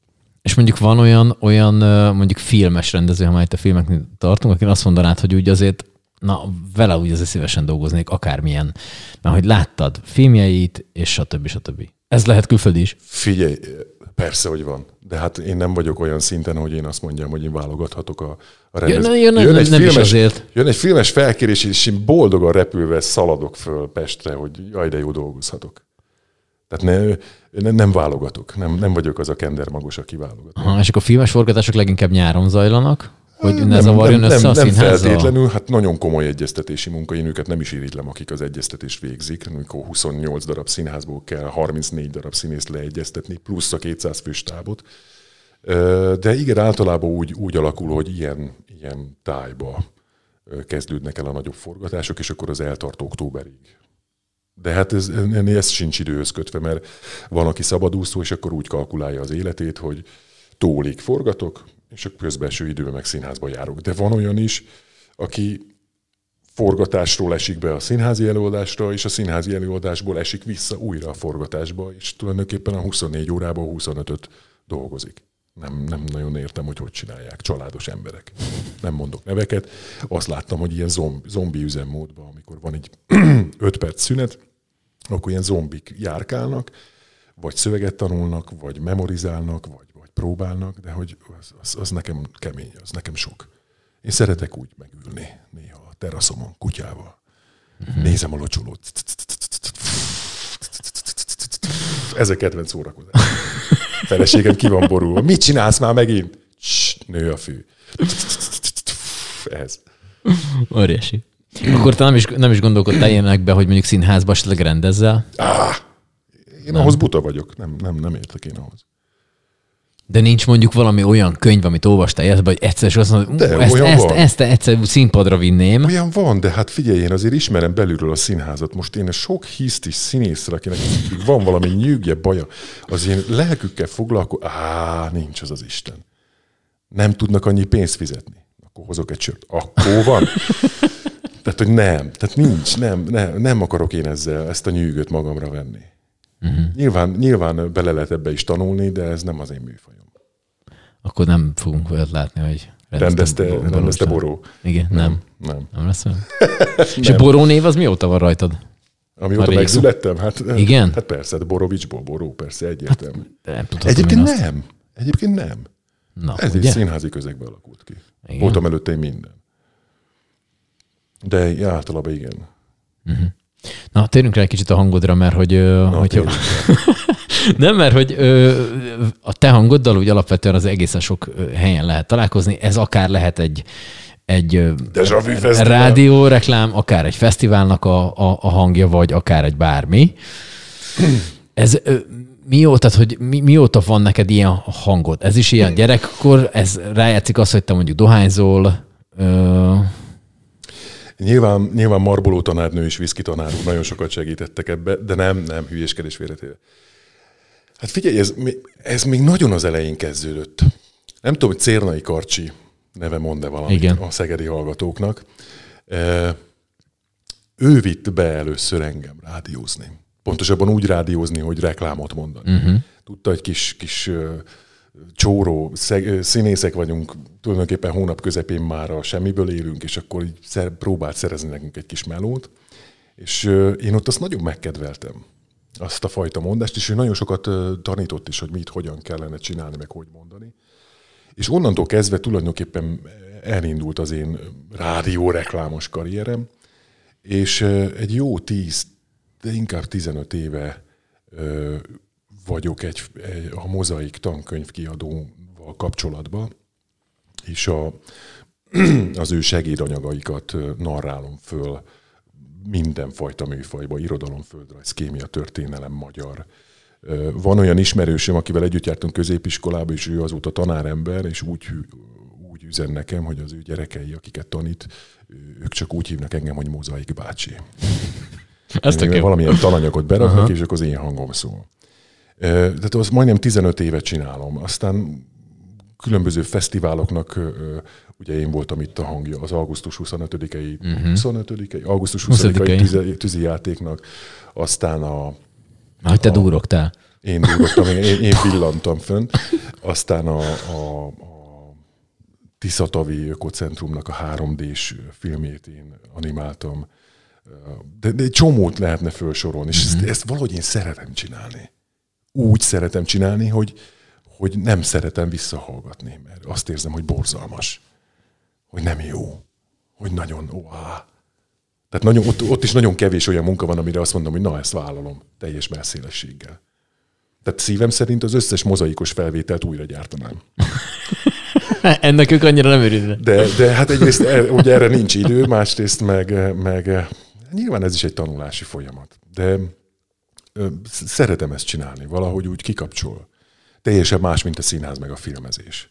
És mondjuk van olyan, olyan mondjuk filmes rendező, ha már itt a filmeknél tartunk, aki azt mondanád, hogy úgy azért, na, vele úgy azért szívesen dolgoznék, akármilyen. Mert hogy láttad filmjeit, és stb. stb. Ez lehet külföldi is. Figyelj, persze, hogy van. De hát én nem vagyok olyan szinten, hogy én azt mondjam, hogy én válogathatok a, a rendezőt. Jön, jön, jön, egy nem filmes, is azért. Jön egy filmes felkérés, és én boldogan repülve szaladok föl Pestre, hogy jaj, de jó dolgozhatok. Tehát ne, ne, nem válogatok. Nem, nem vagyok az a kendermagos, aki válogat. Aha, és akkor a filmes forgatások leginkább nyáron zajlanak? Hogy ne nem, zavarjon nem, össze nem, a színházzal? Nem feltétlenül, hát nagyon komoly egyeztetési munka. Én őket nem is irigylem, akik az egyeztetést végzik. Amikor huszonnyolc darab színházból kell harmincnégy darab színészt leegyeztetni, plusz a kétszáz fős tábot. De igen, általában úgy, úgy alakul, hogy ilyen, ilyen tájba kezdődnek el a nagyobb forgatások, és akkor az eltart októberig. De hát ez, ez sincs időhöz kötve, mert van, aki szabadúszó, és akkor úgy kalkulálja az életét, hogy tólig forgatok, és a közbelső időben meg színházba járok. De van olyan is, aki forgatásról esik be a színházi előadásra, és a színházi előadásból esik vissza újra a forgatásba, és tulajdonképpen a huszonnégy órában huszonötöt dolgozik. Nem, nem nagyon értem, hogy hogy csinálják. Családos emberek. Nem mondok neveket. Azt láttam, hogy ilyen zombi, zombi üzemmódban, amikor van egy öt perc szünet, akkor ilyen zombik járkálnak, vagy szöveget tanulnak, vagy memorizálnak, vagy, vagy próbálnak, de hogy az, az, az nekem kemény, az nekem sok. Én szeretek úgy megülni néha a teraszomon kutyával. Nézem a locsolót. Ez a kedvenc szórakozás. Feleségem ki van borulva. Mit csinálsz már megint? Cs, nő a fű. Ez. Óriási. Akkor te nem is, nem is gondolkodtál ilyenekbe, hogy mondjuk színházba esetleg rendezzel? Ah, én nem. Ahhoz buta vagyok. Nem, nem, nem értek én ahhoz. De nincs mondjuk valami olyan könyv, amit olvastál életben, hogy egyszer is azt mondod, de, ezt, ezt, van. ezt egyszer színpadra vinném. Olyan van, de hát figyelj, én azért ismerem belülről a színházat. Most én sok hisztis színészre, akinek van valami nyűgje, baja, az én lelkükkel foglalkozó, á, nincs az az Isten. Nem tudnak annyi pénzt fizetni. Akkor hozok egy sört. Akkor van. Tehát, hogy nem. Tehát nincs, nem, nem, nem akarok én ezzel ezt a nyűgöt magamra venni. Uh-huh. Nyilván, nyilván bele lehet ebbe is tanulni, de ez nem az én műfajom. Akkor nem fogunk olyat látni, hogy rendezte, rendezte Boró. Igen, nem. Nem. Nem lesz olyan? És a Boró név az mióta van rajtad? Amióta megszülettem? Hát, igen? Hát persze, de Borovicsból Boró, persze, egyértelmű. Hát, nem Egyébként nem. Azt. Egyébként nem. Na, ez ugye? Egy színházi közegben alakult ki. Igen? Voltam előtte én minden. De ja, általában igen. Uh-huh. Na, térjünk rá egy kicsit a hangodra, mert hogy... Na, hogyha... Nem, mert hogy ö, a te hangoddal úgy alapvetően az egészen sok helyen lehet találkozni. Ez akár lehet egy, egy rádióreklám, akár egy fesztiválnak a, a, a hangja, vagy akár egy bármi. Ez ö, mióta, tehát, hogy mi, mióta van neked ilyen hangod? Ez is ilyen gyerekkor? Ez rájátszik azt, hogy te mondjuk dohányzol? Ö... Nyilván, nyilván Marboló tanárnő és Viszki tanárok nagyon sokat segítettek ebbe, de nem, nem, hülyéskedés félretéve. Hát figyelj, ez, ez még nagyon az elején kezdődött. Nem tudom, hogy Cérnai Karcsi neve mond-e valamit igen. A szegedi hallgatóknak. Ő vitt be először engem rádiózni. Pontosabban úgy rádiózni, hogy reklámot mondani. Uh-huh. Tudta, hogy kis, kis csóró szeg, színészek vagyunk, tulajdonképpen hónap közepén már a semmiből élünk, és akkor így szer, próbált szerezni nekünk egy kis melót. És én ott azt nagyon megkedveltem. Azt a fajta mondást, és ő nagyon sokat tanított is, hogy mit, hogyan kellene csinálni, meg hogy mondani. És onnantól kezdve tulajdonképpen elindult az én rádióreklámos karrierem, és egy jó tíz, de inkább tizenöt éve vagyok egy, egy, a Mozaik tankönyvkiadóval kapcsolatban, és a, az ő segédanyagaikat narrálom föl mindenfajta műfajba, irodalom, földrajz, kémia, történelem, magyar. Van olyan ismerősöm, akivel együtt jártunk középiskolába, és ő azóta tanárember, és úgy, úgy üzen nekem, hogy az ő gyerekei, akiket tanít, ők csak úgy hívnak engem, hogy Mozaik bácsi. Ezt valamilyen tananyagot beraknak, uh-huh. és akkor az én hangom szól. Tehát az majdnem tizenöt évet csinálom. Aztán különböző fesztiváloknak, ugye én voltam itt a hangja, az augusztus huszonötödikei, uh-huh. huszonötödikei, augusztus huszonötödikei tűzi, tűzi játéknak, aztán a... Hogy te durogtál. Én dolgoztam, én, én villantam fönn. Aztán a, a, a Tiszatavi Ökocentrumnak a három dés filmjét én animáltam. De, de egy csomót lehetne felsorolni, és ezt, ezt valahogy én szeretem csinálni. Úgy szeretem csinálni, hogy, hogy nem szeretem visszahallgatni, mert azt érzem, hogy borzalmas, hogy nem jó, hogy nagyon oá. Tehát nagyon, ott, ott is nagyon kevés olyan munka van, amire azt mondom, hogy na, ezt vállalom teljes messzélességgel. Tehát szívem szerint az összes mozaikos felvételt újra gyártanám. Ennek ők annyira nem örülnek. De, de hát egyrészt er, ugye erre nincs idő, másrészt meg, meg nyilván ez is egy tanulási folyamat. De ö, szeretem ezt csinálni, valahogy úgy kikapcsol. Teljesen más, mint a színház meg a filmezés.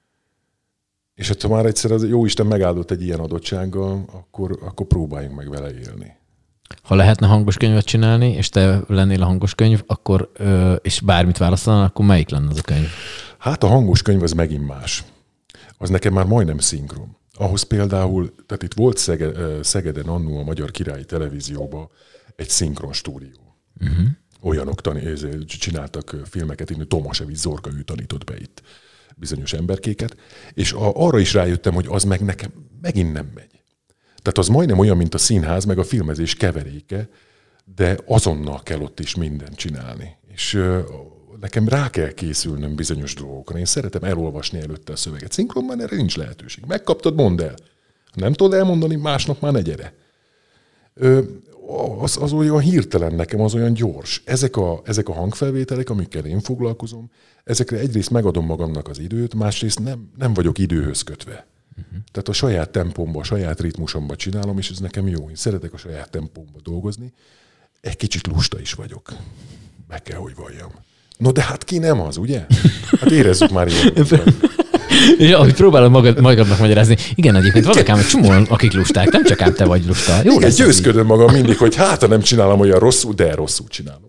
És hát ha már egyszer az Jóisten megáldott egy ilyen adottsággal, akkor, akkor próbáljunk meg vele élni. Ha lehetne hangos könyvet csinálni, és te lennél a hangos könyv, akkor, ö, és bármit választanál, akkor melyik lenne az a könyv? Hát a hangos könyv az megint más. Az nekem már majdnem szinkron. Ahhoz például, tehát itt volt Szege, Szegeden annó a Magyar Királyi Televízióban egy szinkron stúdió. Uh-huh. Olyanok tani, csináltak filmeket, én Tomasevics Zorka, ő tanított be itt bizonyos emberkéket, és a, arra is rájöttem, hogy az meg nekem megint nem megy. Tehát az majdnem olyan, mint a színház, meg a filmezés keveréke, de azonnal kell ott is mindent csinálni. És uh, nekem rá kell készülnöm bizonyos dolgokra. Én szeretem elolvasni előtte a szöveget. Szinkronban erre nincs lehetőség. Megkaptad, mondd el. Nem tudod elmondani, másnap már ne gyere. Ö, az, az olyan hirtelen nekem, az olyan gyors. Ezek a, ezek a hangfelvételek, amikkel én foglalkozom, ezekre egyrészt megadom magamnak az időt, másrészt nem, nem vagyok időhöz kötve. Uh-huh. Tehát a saját tempomba, a saját ritmusomba csinálom, és ez nekem jó. Én szeretek a saját tempomba dolgozni. Egy kicsit lusta is vagyok. Meg kell, hogy valljam. No, de hát ki nem az, ugye? Hát érezzük már ilyen. És ahogy próbálod magad, magadnak magyarázni, igen, egyébként vannak ám egy csomóan, akik lusták, nem csak ám te vagy lusta. Jó, igen, győzködöm magam mindig, hogy hát, ha nem csinálom olyan rosszul, de rosszul csinálom.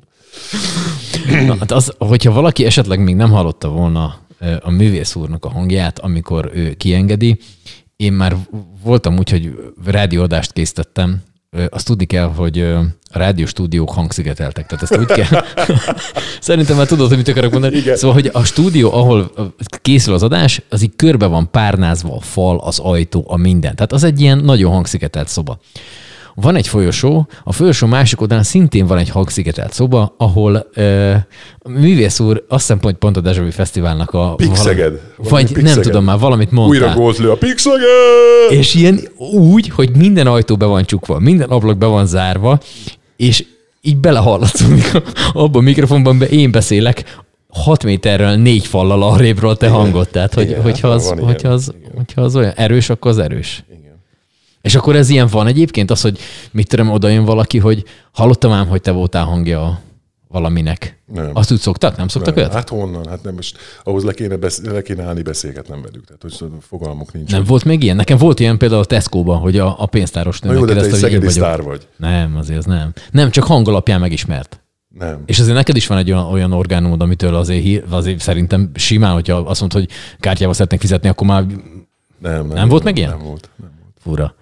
Na, hát az, hogyha valaki esetleg még nem hallotta volna a művész úrnak a hangját, amikor ő kiengedi, én már voltam úgy, hogy rádióadást készítettem. Azt tudni kell, hogy a rádióstúdiók hangszigeteltek. Tehát ezt úgy kell. Szerintem már tudod, hogy mit akarok mondani. Igen. Szóval, hogy a stúdió, ahol készül az adás, az így körbe van párnázva a fal, az ajtó, a minden. Tehát az egy ilyen nagyon hangszigetelt szoba. Van egy folyosó, a folyosó másik oldalán szintén van egy hangszigetelt szoba, ahol uh, művész úr, azt hiszem pont, pont a Deja Vu Fesztiválnak a... Pixeged. Vagy Pixeged. Nem tudom már, valamit mondtál. Újra gólt lő a Pixeged! És ilyen úgy, hogy minden ajtó be van csukva, minden ablak be van zárva, és így belehallatszunk abban a mikrofonban, be én beszélek hat méterrel, négy fallal arrébről te hangot. Tehát, hogy, igen, hogyha, az, hogyha, az, hogyha az olyan erős, akkor az erős. És akkor ez ilyen van egyébként, az, hogy mit tudom, oda jön valaki, hogy hallottam ám, hogy te voltál hangja valaminek. Nem. Azt úgy szoktak? Nem szoktak nem. olyat? Hát honnan? Hát nem, most ahhoz le kéne, besz- le kéne állni, beszélgetnem velük. Tehát, hogy fogalmuk nincs. Nem volt még ilyen? Nekem volt ilyen például a Tesco-ban, hogy a, a pénztáros nőnek kérdezte, hogy én vagyok. Sztár vagy. Nem, azért az nem. Nem, csak hang alapján megismert. Nem. És azért neked is van egy olyan, olyan orgánumod, amitől azért, azért szerintem simán, hogyha azt mondod, hogy kártyával szeretnék fizetni, akkor már nem, nem, nem volt meg ilyen? Nem volt. Nem volt. Fura.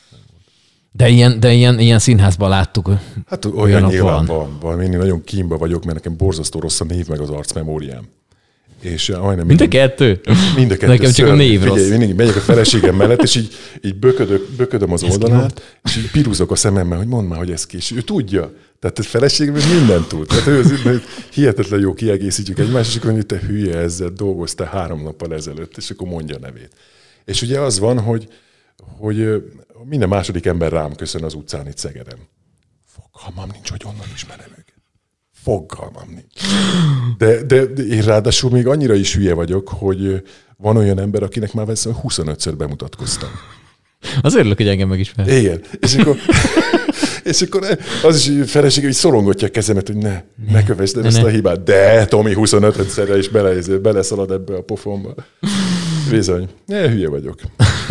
De ilyen, de ilyen, ilyen színházban láttuk. Hát olyan nyilván van. van. Én nagyon kínba vagyok, mert nekem borzasztó rossz a név meg az arcmemóriám. És majdnem mind a kettő? Mind a kettő. Nekem csak a név rossz. Figyelj, mindig megyek a feleségem mellett, és így, így böködök, böködöm az oldalát, és így pirúzok a szememmel, hogy mondd már, hogy ez ki. És ő tudja. Tehát a feleségem mindent tud. Tehát ő az, hihetetlen jó kiegészítjük egymást, és akkor mondja, te hülye, ezzel dolgoztál három nappal ezelőtt, és akkor mondja a nevét. És ugye az van, hogy, hogy minden második ember rám köszön az utcán itt Szegeden. Fogalmam nincs, hogy onnan ismerem őket. Fogalmam nincs. De, de, de én ráadásul még annyira is hülye vagyok, hogy van olyan ember, akinek már veszem huszonötször bemutatkoztam. Az örülök, hogy engem megismer. Igen. És akkor, és akkor az is felesége, hogy szorongatja a kezemet, hogy ne, ne, ne kövesd el ezt ne. a hibát. De Tomi huszonötszerre is bele, beleszalad ebbe a pofomba. Bizony. Ne, hülye vagyok.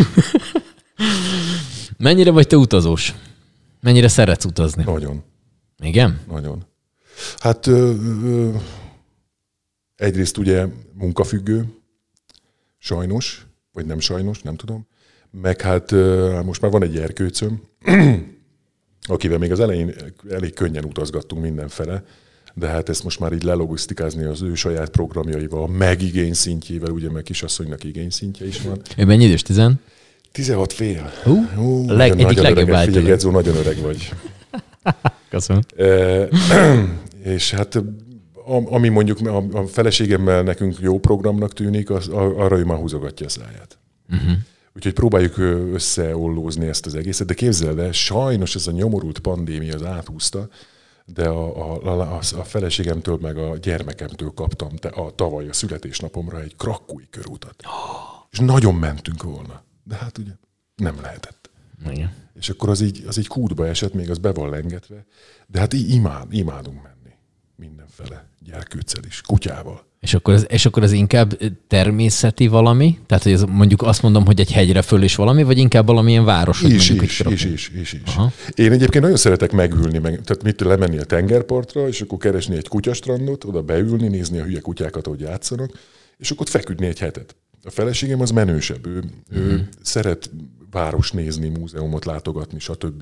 Mennyire vagy te utazós? Mennyire szeretsz utazni? Nagyon. Igen? Nagyon. Hát ö, ö, egyrészt ugye munkafüggő, sajnos, vagy nem sajnos, nem tudom. Meg hát ö, most már van egy erkőcöm, akivel még az elején elég könnyen utazgattunk mindenfele. de hát ezt most már így lelogisztikázni az ő saját programjaival, meg igényszintjével, ugye meg kisasszonynak igényszintje is van. Ő mennyi idős? tizen? tizenhat fél. Hú, Hú, a leg, egyik legjobb állító. Figyelj, Gedzó, nagyon öreg vagy. Köszönöm. E, és hát a, ami mondjuk a, a feleségemmel nekünk jó programnak tűnik, az, arra ő már húzogatja a száját. Uh-huh. Úgyhogy próbáljuk összeollózni ezt az egészet, de képzeld el, sajnos ez a nyomorult pandémia az áthúzta, de a, a, a, a feleségemtől meg a gyermekemtől kaptam te, a, tavaly a születésnapomra egy krakkói körútat. Oh. És nagyon mentünk volna. De hát ugye nem lehetett. Igen. És akkor az így, az így kútba esett, még az be van lengetve. De hát így imád, imádunk menni. Mindenfele. Gyerkőccel is. Kutyával. És akkor, az, és akkor az inkább természeti valami? Tehát, hogy ez mondjuk azt mondom, hogy egy hegyre föl is valami, vagy inkább valamilyen város? Is, mondjuk, is, is, is, is, is. Én egyébként nagyon szeretek megülni, meg, tehát mit lemenni a tengerpartra, és akkor keresni egy kutyastrandot, oda beülni, nézni a hülye kutyákat, ahogy játszanak, és akkor ott feküdni egy hetet. A feleségem az menősebb, ő, mm-hmm. ő szeret város nézni, múzeumot látogatni, stb.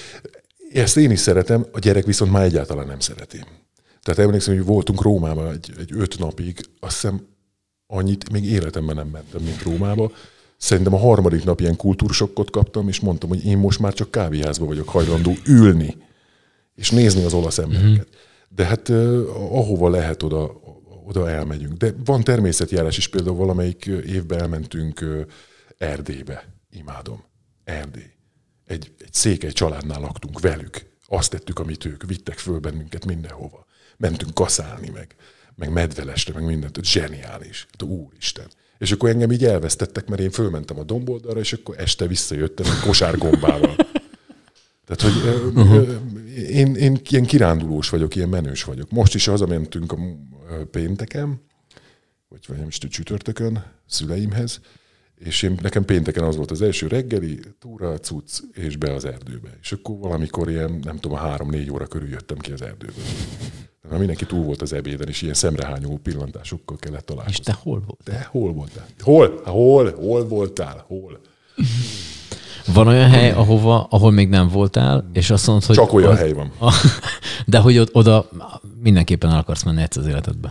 Ezt én is szeretem, a gyerek viszont már egyáltalán nem szereti. Tehát emlékszem, hogy voltunk Rómában egy, egy öt napig, azt hiszem annyit még életemben nem mentem, mint Rómába. Szerintem a harmadik nap ilyen kultúrsokkot kaptam, és mondtam, hogy én most már csak kávéházban vagyok hajlandó ülni, és nézni az olasz embereket. Mm-hmm. De hát uh, ahova lehet, oda, oda elmegyünk. De van természetjárás is, például valamelyik évben elmentünk uh, Erdélybe. Imádom. Erdély. Egy, egy székely családnál laktunk velük. Azt tettük, amit ők vittek föl bennünket mindenhova. Mentünk kaszálni meg, meg medvelesre, meg mindent. Zseniális. Hát, úristen. És akkor engem így elvesztettek, mert én fölmentem a domboldalra, és akkor este visszajöttem egy kosárgombával. Tehát, hogy uh-huh. én, én ilyen kirándulós vagyok, ilyen menős vagyok. Most is hazamentünk a pénteken, vagy nem is csütörtökön szüleimhez, és én, nekem pénteken az volt az első reggeli, túra, cucc, és be az erdőbe. És akkor valamikor ilyen, nem tudom, három-négy óra körül jöttem ki az erdőbe. Mert mindenki túl volt az ebéden, és ilyen szemrehányó pillantásokkal kellett találkozni. És te hol voltál? Te hol voltál? Hol? Hol? Hol voltál? Hol? Van olyan hely, ahova, ahol még nem voltál, és azt mondod, hogy... Csak olyan az, hely van. A, de hogy oda mindenképpen el akarsz menni egyszer az életedbe.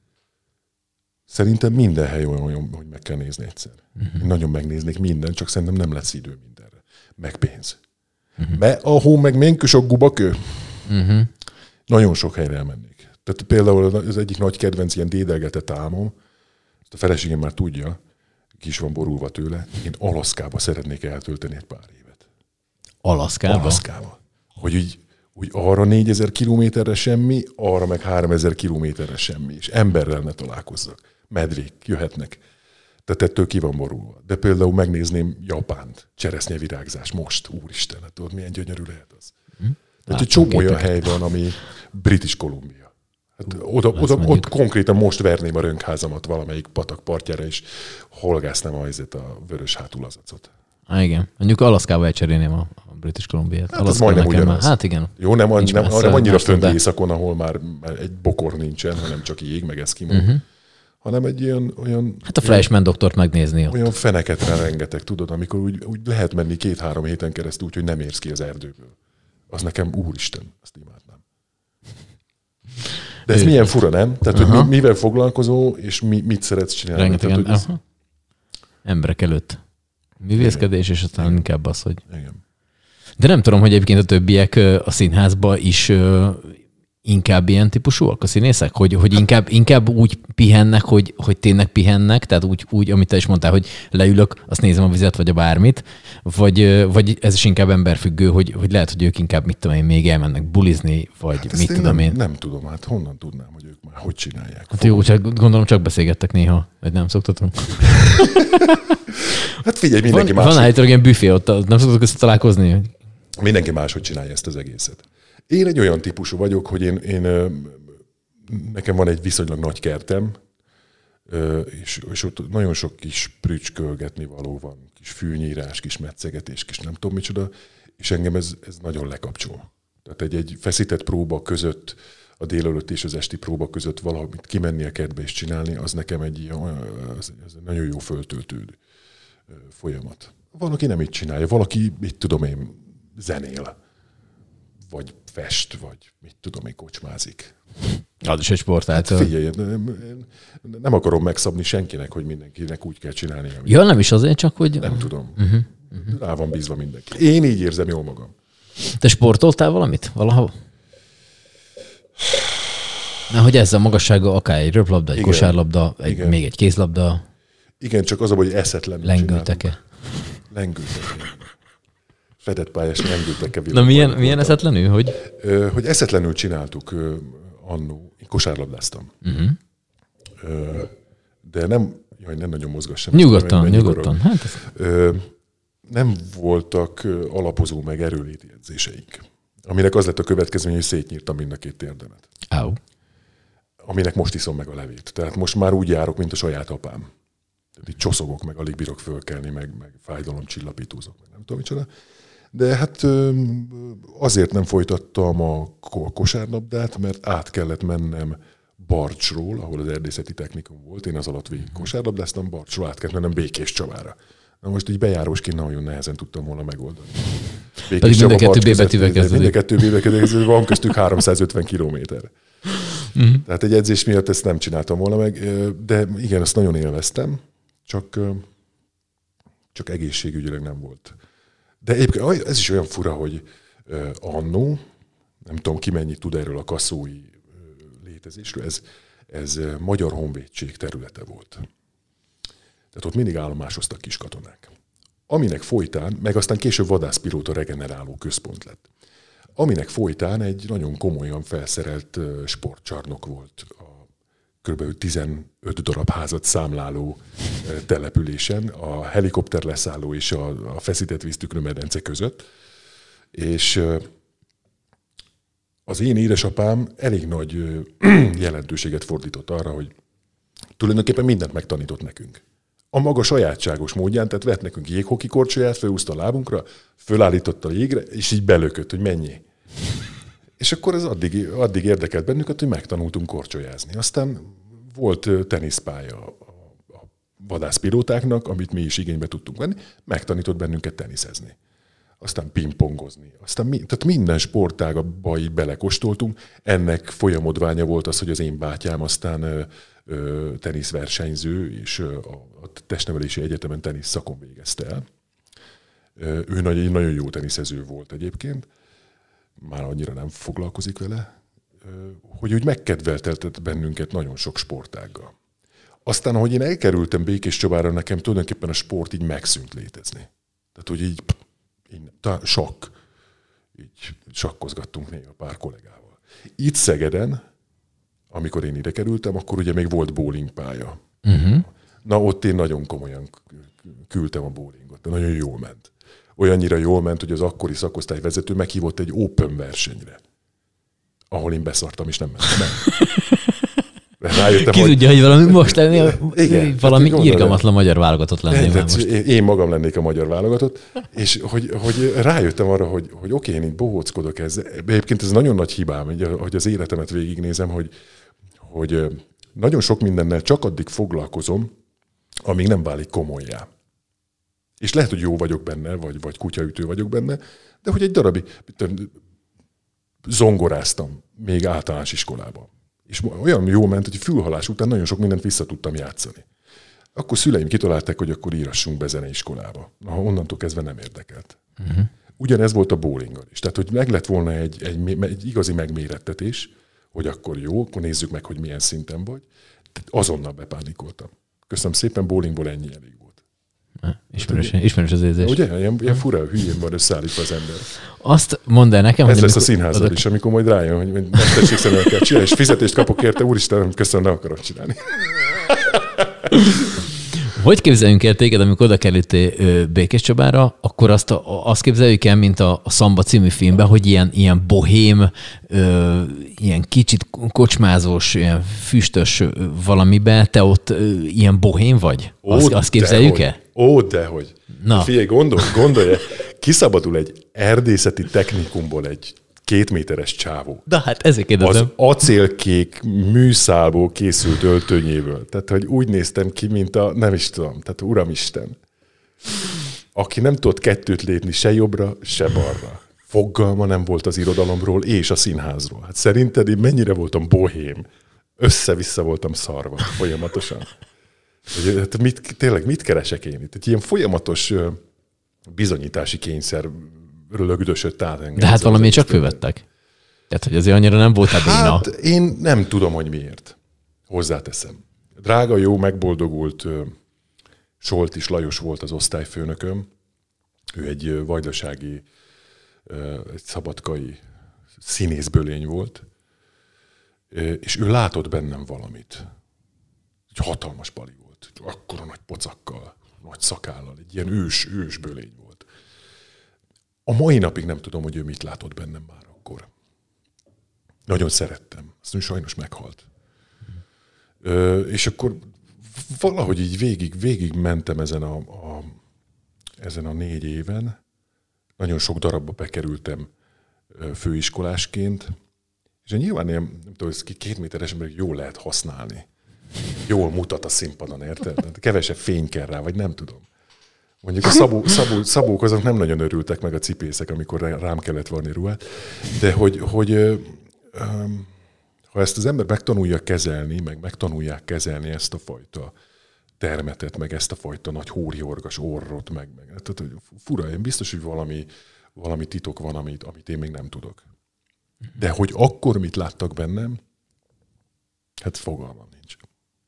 Szerintem minden hely olyan, hogy meg kell nézni egyszer. Uh-huh. Én nagyon megnéznék mindent, csak szerintem nem lesz idő mindenre. Meg pénz. Uh-huh. Mert ahol meg ménk sok gubakő, uh-huh. nagyon sok helyre elmennék. Tehát például az egyik nagy kedvenc ilyen dédelgetett álmom, ezt a feleségem már tudja, ki is van borulva tőle, én Alaszkába szeretnék eltölteni egy pár évet. Alaszkába? Alaszkába. Hogy így, úgy arra négyezer kilométerre semmi, arra meg háromezer kilométerre semmi, és emberrel ne találkozzak. Medvék jöhetnek. Tehát ettől ki van borulva. De például megnézném Japánt, cseresznyevirágzás most, úristen, hát tudod, milyen gyönyörű lehet az. Hm? Tehát egy csomó olyan hely van, ami British Columbia. Hát oda, oda, ott konkrétan most verném a rönkházamat valamelyik patak partjára, és holgásznám a, a vörös hátulazacot. Há, igen. Mondjuk Alaszkába elcserélném a British Columbiát. Hát az majdnem ugyanaz. Hát igen. Jó, nem, nem, nem annyira fönt északon, ahol már, már egy bokor nincsen, hanem csak jég, meg eszkimó. Uh-huh. Hanem egy ilyen... Olyan, hát a Fleischmann doktort megnézni. Olyan feneketre rengeteg, tudod, amikor úgy, úgy lehet menni két-három héten keresztül, úgyhogy nem érsz ki az erdőből. Az nekem úristen, azt imádnám. De ez ő, milyen fura, nem? Tehát, uh-huh. hogy mivel foglalkozol, és mi, mit szeretsz csinálni? Rengeteg Tehát, ez... uh-huh. emberek előtt. Művészkedés, és aztán igen. inkább az, hogy... Igen. De nem tudom, hogy egyébként a többiek a színházba is inkább ilyen típusúak a színészek? Hogy, hogy inkább, inkább úgy pihennek, hogy, hogy tényleg pihennek, tehát úgy, úgy, amit te is mondtál, hogy leülök, azt nézem a vizet, vagy a bármit, vagy, vagy ez is inkább emberfüggő, hogy, hogy lehet, hogy ők inkább, mit tudom én, még elmennek bulizni, vagy hát mit tudom nem, én. Nem tudom, hát honnan tudnám, hogy ők már hogy csinálják. Hát jó, csak gondolom csak beszélgettek néha, vagy nem szoktatok? Hát figyelj, mindenki van, más. Van állítólag ilyen büfé ott, nem szoktatok összetalálkozni? Mindenki máshogy csinálja ezt az egészet. Én egy olyan típusú vagyok, hogy én, én nekem van egy viszonylag nagy kertem, és, és ott nagyon sok kis prücskölgetni való van, kis fűnyírás, kis metszegetés, kis nem tudom micsoda, és engem ez, ez nagyon lekapcsol. Tehát egy, egy feszített próba között, a délelőtt és az esti próba között valamit kimenni a kertbe és csinálni, az nekem egy ilyen, az, az nagyon jó föltöltő folyamat. Valaki nem így csinálja, valaki, mit tudom én, zenél, vagy fest, vagy mit tudom én, kocsmázik. Az is egy sportáltal. Hát figyelj, nem akarom megszabni senkinek, hogy mindenkinek úgy kell csinálni. Ja, nem is azért, csak hogy... Nem tudom. Uh-huh. Uh-huh. Rá van bízva mindenki. Én így érzem jól magam. Te sportoltál valamit? Valahol? Na, hogy ez a magassága akár egy röplabda, egy igen. kosárlabda, egy, még egy kézlabda. Igen, csak az a, hogy eszetlenül Lengültek-e? Lengültek-e. Fedett pályás lengültek-e. Na milyen, milyen eszetlenül? Hogy? Ö, hogy eszetlenül csináltuk ö, annó. Én kosárlabdáztam. Uh-huh. Ö, de nem, jaj, nem nagyon mozgassam. Nyugodtan, nyugodtan. Hát ez... Ö, nem voltak ö, alapozó meg erőléti edzéseink. Aminek az lett a következménye, hogy szétnyírtam mind a két térdemet. Au. Aminek most iszom meg a levét. Tehát most már úgy járok, mint a saját apám. Tehát így csoszogok, meg alig bírok fölkelni, meg, meg fájdalomcsillapítózok, meg nem tudom micsoda. De hát azért nem folytattam a kosárlabdát, mert át kellett mennem Barcsról, ahol az erdészeti technikum volt. Én az alatt végig kosárlabdáztam, Barcsról át kellett mennem Békés Csabára. Na most így bejárósként nagyon nehezen tudtam volna megoldani. Pedig mind a kettő B betűvel kezdődik. Mind a kettő B betűvel kezdődik, van köztük háromszázötven kilométer. Uh-huh. Tehát egy edzés miatt ezt nem csináltam volna meg, de igen, azt nagyon élveztem, csak, csak egészségügyileg nem volt. De egyébként ez is olyan fura, hogy annó, nem tudom ki mennyit tud erről a kaszói létezésről, ez, ez Magyar Honvédség területe volt. Tehát ott mindig állomásoztak kis katonák. Aminek folytán, meg aztán később vadászpilóta regeneráló központ lett. Aminek folytán egy nagyon komolyan felszerelt sportcsarnok volt a kb. tizenöt darab házat számláló településen, a helikopter leszálló és a, a feszített víztükrő medence között. És az én édesapám elég nagy jelentőséget fordított arra, hogy tulajdonképpen mindent megtanított nekünk. A maga sajátságos módján, tehát vett nekünk jéghoki korcsolyát, felhúzta a lábunkra, fölállította a jégre, és így belökött, hogy mennyi. És akkor ez addig, addig érdekelt bennünket, hogy megtanultunk korcsolyázni. Aztán volt teniszpálya a vadászpilótáknak, amit mi is igénybe tudtunk venni, megtanított bennünket teniszezni. Aztán pingpongozni. Aztán mi, tehát minden sportágba így belekostoltunk. Ennek folyamodványa volt az, hogy az én bátyám aztán ö, ö, teniszversenyző, és ö, a testnevelési egyetemen tenisz szakon végezte el. Ö, ő nagy, egy nagyon jó teniszező volt egyébként. Már annyira nem foglalkozik vele, ö, hogy úgy megkedveltetett bennünket nagyon sok sportággal. Aztán, ahogy én elkerültem Békés Csabára, nekem tulajdonképpen a sport így megszűnt létezni. Tehát, hogy így Innen, sakk. Így sakkozgattunk néha pár kollégával. Itt Szegeden, amikor én ide kerültem, akkor ugye még volt bowlingpálya. Uh-huh. Na ott én nagyon komolyan küldtem a bowlingot, de nagyon jól ment. Olyannyira jól ment, hogy az akkori szakosztályvezető meghívott egy open versenyre, ahol én beszartam, és nem mentem el. Rájöttem, ki tudja, hogy valami most lenni, igen, valami irgalmatlan magyar válogatott lennél már most. Én magam lennék a magyar válogatott, és hogy, hogy rájöttem arra, hogy, hogy oké, én itt bohóckodok ezzel. Egyébként ez nagyon nagy hibám, hogy az életemet végignézem, hogy, hogy nagyon sok mindennel csak addig foglalkozom, amíg nem válik komolyá. És lehet, hogy jó vagyok benne, vagy, vagy kutyaütő vagyok benne, de hogy egy darabig zongoráztam még általános iskolában. És olyan jó ment, hogy fülhalás után nagyon sok mindent vissza tudtam játszani. Akkor szüleim kitalálták, hogy akkor írassunk be zeneiskolába. Na, onnantól kezdve nem érdekelt. Uh-huh. Ugyanez volt a bowlinggal is. Tehát, hogy meg lett volna egy, egy, egy igazi megmérettetés, hogy akkor jó, akkor nézzük meg, hogy milyen szinten vagy. Tehát azonnal bepánikoltam. Köszönöm szépen, bowlingból ennyi elég volt. Ismerős, ismerős az érzés. Ugye? Ilyen, ilyen fura, hülyén van összeállítva az ember. Azt mondd el nekem, ez hogy... Ez lesz a színházal oda... is, amikor majd rájön, hogy mesterségszerűen kell csinálni, és fizetést kapok érte, úristen, köszönöm, nem akarok csinálni. Hogy képzeljünk el téged, amikor oda kerültél Békés Csabára, akkor azt, a, azt képzeljük el, mint a, a Szamba című filmben, hogy ilyen, ilyen bohém, ö, ilyen kicsit kocsmázós, ilyen füstös valamiben, te ott ö, ilyen bohém vagy? Ó, azt, azt képzeljük el? Ó, dehogy. Na. Figyelj, gondol, gondolj, kiszabadul egy erdészeti technikumból egy két méteres csávó. De hát ezért kérdezem. Az acélkék műszálból készült öltönyéből. Tehát, hogy úgy néztem ki, mint a, nem is tudom, tehát uramisten. Aki nem tudott kettőt lépni se jobbra, se balra. fogalma nem volt az irodalomról és a színházról. Hát szerinted én mennyire voltam bohém? Össze-vissza voltam szarva folyamatosan. Hogy, hát mit, tényleg mit keresek én itt? Egy ilyen folyamatos bizonyítási kényszer lögdösött át engem. De hát valami csak fölvettek. Tehát, hogy azért annyira nem voltál béna. Hát én nem tudom, hogy miért. Hozzáteszem. Drága, jó, megboldogult Soltis Lajos volt az osztályfőnököm. Ő egy vajdasági, egy szabadkai színészbölény volt. És ő látott bennem valamit. Egy hatalmas pali volt. Akkora nagy pocakkal, nagy szakállal. Egy ilyen ős, ős bölény volt. A mai napig nem tudom, hogy ő mit látott bennem már akkor. Nagyon szerettem. Aztán sajnos meghalt. Ö, és akkor valahogy így végig, végig mentem ezen a, a, ezen a négy éven. Nagyon sok darabba bekerültem főiskolásként. És nyilván nem, nem tudom, ez két méteres ember jól lehet használni. Jól mutat a színpadon, érted? Kevesebb fény kell rá, vagy nem tudom. Mondjuk a szabó, szabó, szabók azok nem nagyon örültek meg a cipészek, amikor rám kellett varni ruhát. De hogy, hogy um, ha ezt az ember megtanulja kezelni, meg megtanulják kezelni ezt a fajta termetet, meg ezt a fajta nagy hóriorgas orrot, meg, meg tehát, fura, én biztos, hogy valami, valami titok van, amit, amit én még nem tudok. De hogy akkor mit láttak bennem, hát fogalmam nincs.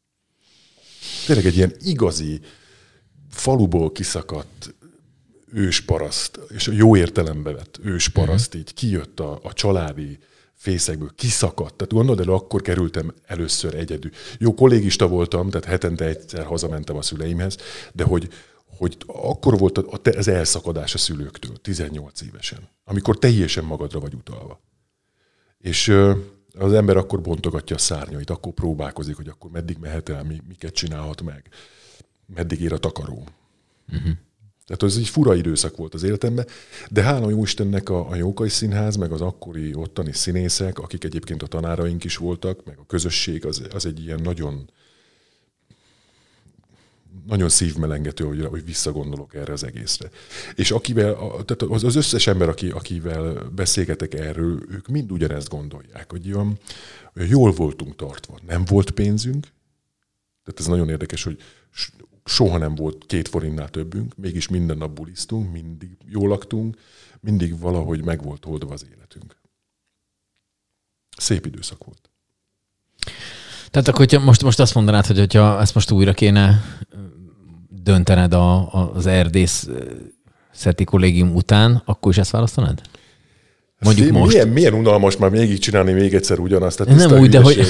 Tényleg egy ilyen igazi, faluból kiszakadt ősparaszt, és jó értelembe vett ősparaszt, így kijött a, a családi fészekből, kiszakadt. Tehát gondolod el, akkor kerültem először egyedül. Jó, kollégista voltam, tehát hetente egyszer hazamentem a szüleimhez, de hogy, hogy akkor volt az elszakadás a szülőktől, tizennyolc évesen, amikor teljesen magadra vagy utalva. És az ember akkor bontogatja a szárnyait, akkor próbálkozik, hogy akkor meddig mehet el, miket csinálhat meg, meddig ér a takaró. Uh-huh. Tehát ez egy fura időszak volt az életemben, de hála jó Istennek a, a Jókai Színház, meg az akkori ottani színészek, akik egyébként a tanáraink is voltak, meg a közösség, az, az egy ilyen nagyon, nagyon szívmelengető, hogy, hogy visszagondolok erre az egészre. És akivel, tehát az, az összes ember, aki, akivel beszélgetek erről, ők mind ugyanezt gondolják, hogy olyan, jól voltunk tartva. Nem volt pénzünk, tehát ez nagyon érdekes, hogy soha nem volt két forintnál többünk, mégis minden nap bulisztunk, mindig jól laktunk, mindig valahogy meg volt oldva az életünk. Szép időszak volt. Tehát akkor, hogyha most, most azt mondanád, hogy hogyha ezt most újra kéne döntened a, a, az erdészeti kollégium után, akkor is ezt választanád? Mondjuk Fé, most. Milyen, milyen unalmas már végig csinálni még egyszer ugyanazt. Nem úgy, de hogy...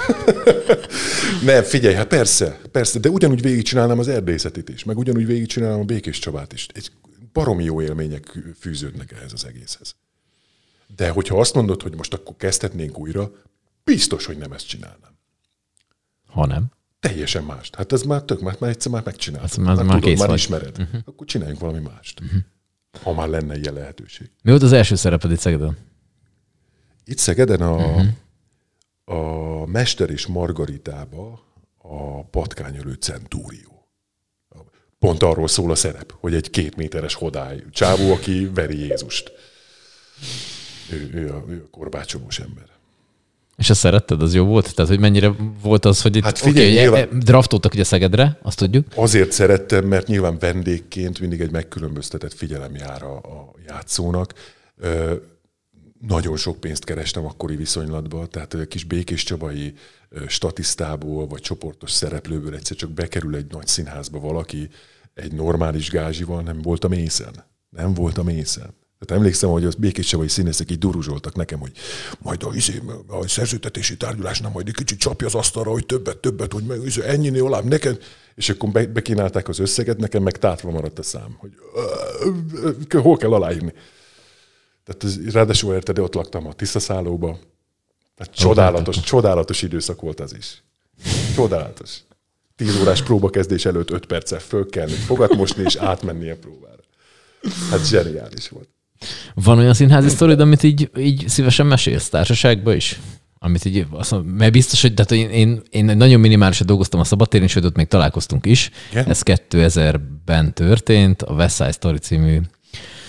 Nem, figyelj, hát persze, persze, de ugyanúgy végigcsinálnám az erdészetit is, meg ugyanúgy végigcsinálnám a Békés Csabát is. Egy baromi jó élmények fűződnek ehhez az egészhez. De hogyha azt mondod, hogy most akkor kezdhetnénk újra, biztos, hogy nem ezt csinálnám. Ha nem? Teljesen mást. Hát ez már tök, már, már egyszer már megcsináltam. Már, már, már, tudod, már vagy. ismered. Uh-huh. Akkor csináljunk valami mást. Uh-huh. Ha már lenne ilyen lehetőség. Mi volt az első szereped itt Szegeden? Itt Szegeden a... Uh-huh. A Mester és Margaritába a patkányölő centúrió. Pont arról szól a szerep, hogy egy két méteres hodály csávó, aki veri Jézust. Ő, ő, a, ő a korbácsolós ember. És ezt szeretted? Az jó volt? Tehát, hogy mennyire volt az, hogy itt hát figyelj, okay, nyilván, draftoltak ugye Szegedre, azt tudjuk. Azért szerettem, mert nyilván vendégként mindig egy megkülönböztetett figyelem jár a, a játszónak. Nagyon sok pénzt kerestem akkori viszonylatban, tehát kis Békés Csabai statisztából vagy csoportos szereplőből egyszer csak bekerül egy nagy színházba valaki egy normális gázsival, nem voltam észen. Nem voltam észen. Tehát emlékszem, hogy a Békés Csabai színészek így duruzsoltak nekem, hogy majd a, a szerződtetési tárgyalásnál majd egy kicsit csapja az asztalra, hogy többet, többet, hogy meg, ennyinél alább neked. És akkor be, bekínálták az összeget, nekem meg tátva maradt a szám, hogy hol kell aláírni. Tehát ez, ráadásul érted, de ott laktam a Tiszaszállóba. Tehát csodálatos, oh, csodálatos időszak volt az is. Csodálatos. Tíz órás próbakezdés előtt öt perccel fölkelni, fogat mosni és átmenni a próbára. Hát zseniális volt. Van olyan színházi sztorid, amit így, így szívesen mesélsz társaságban is? Amit így, azt mondom, mert biztos, hogy tehát én, én, én nagyon minimálisan dolgoztam a Szabadtéren, sőt, ott még találkoztunk is. Yeah. Ez kétezerben történt, a West Side Story című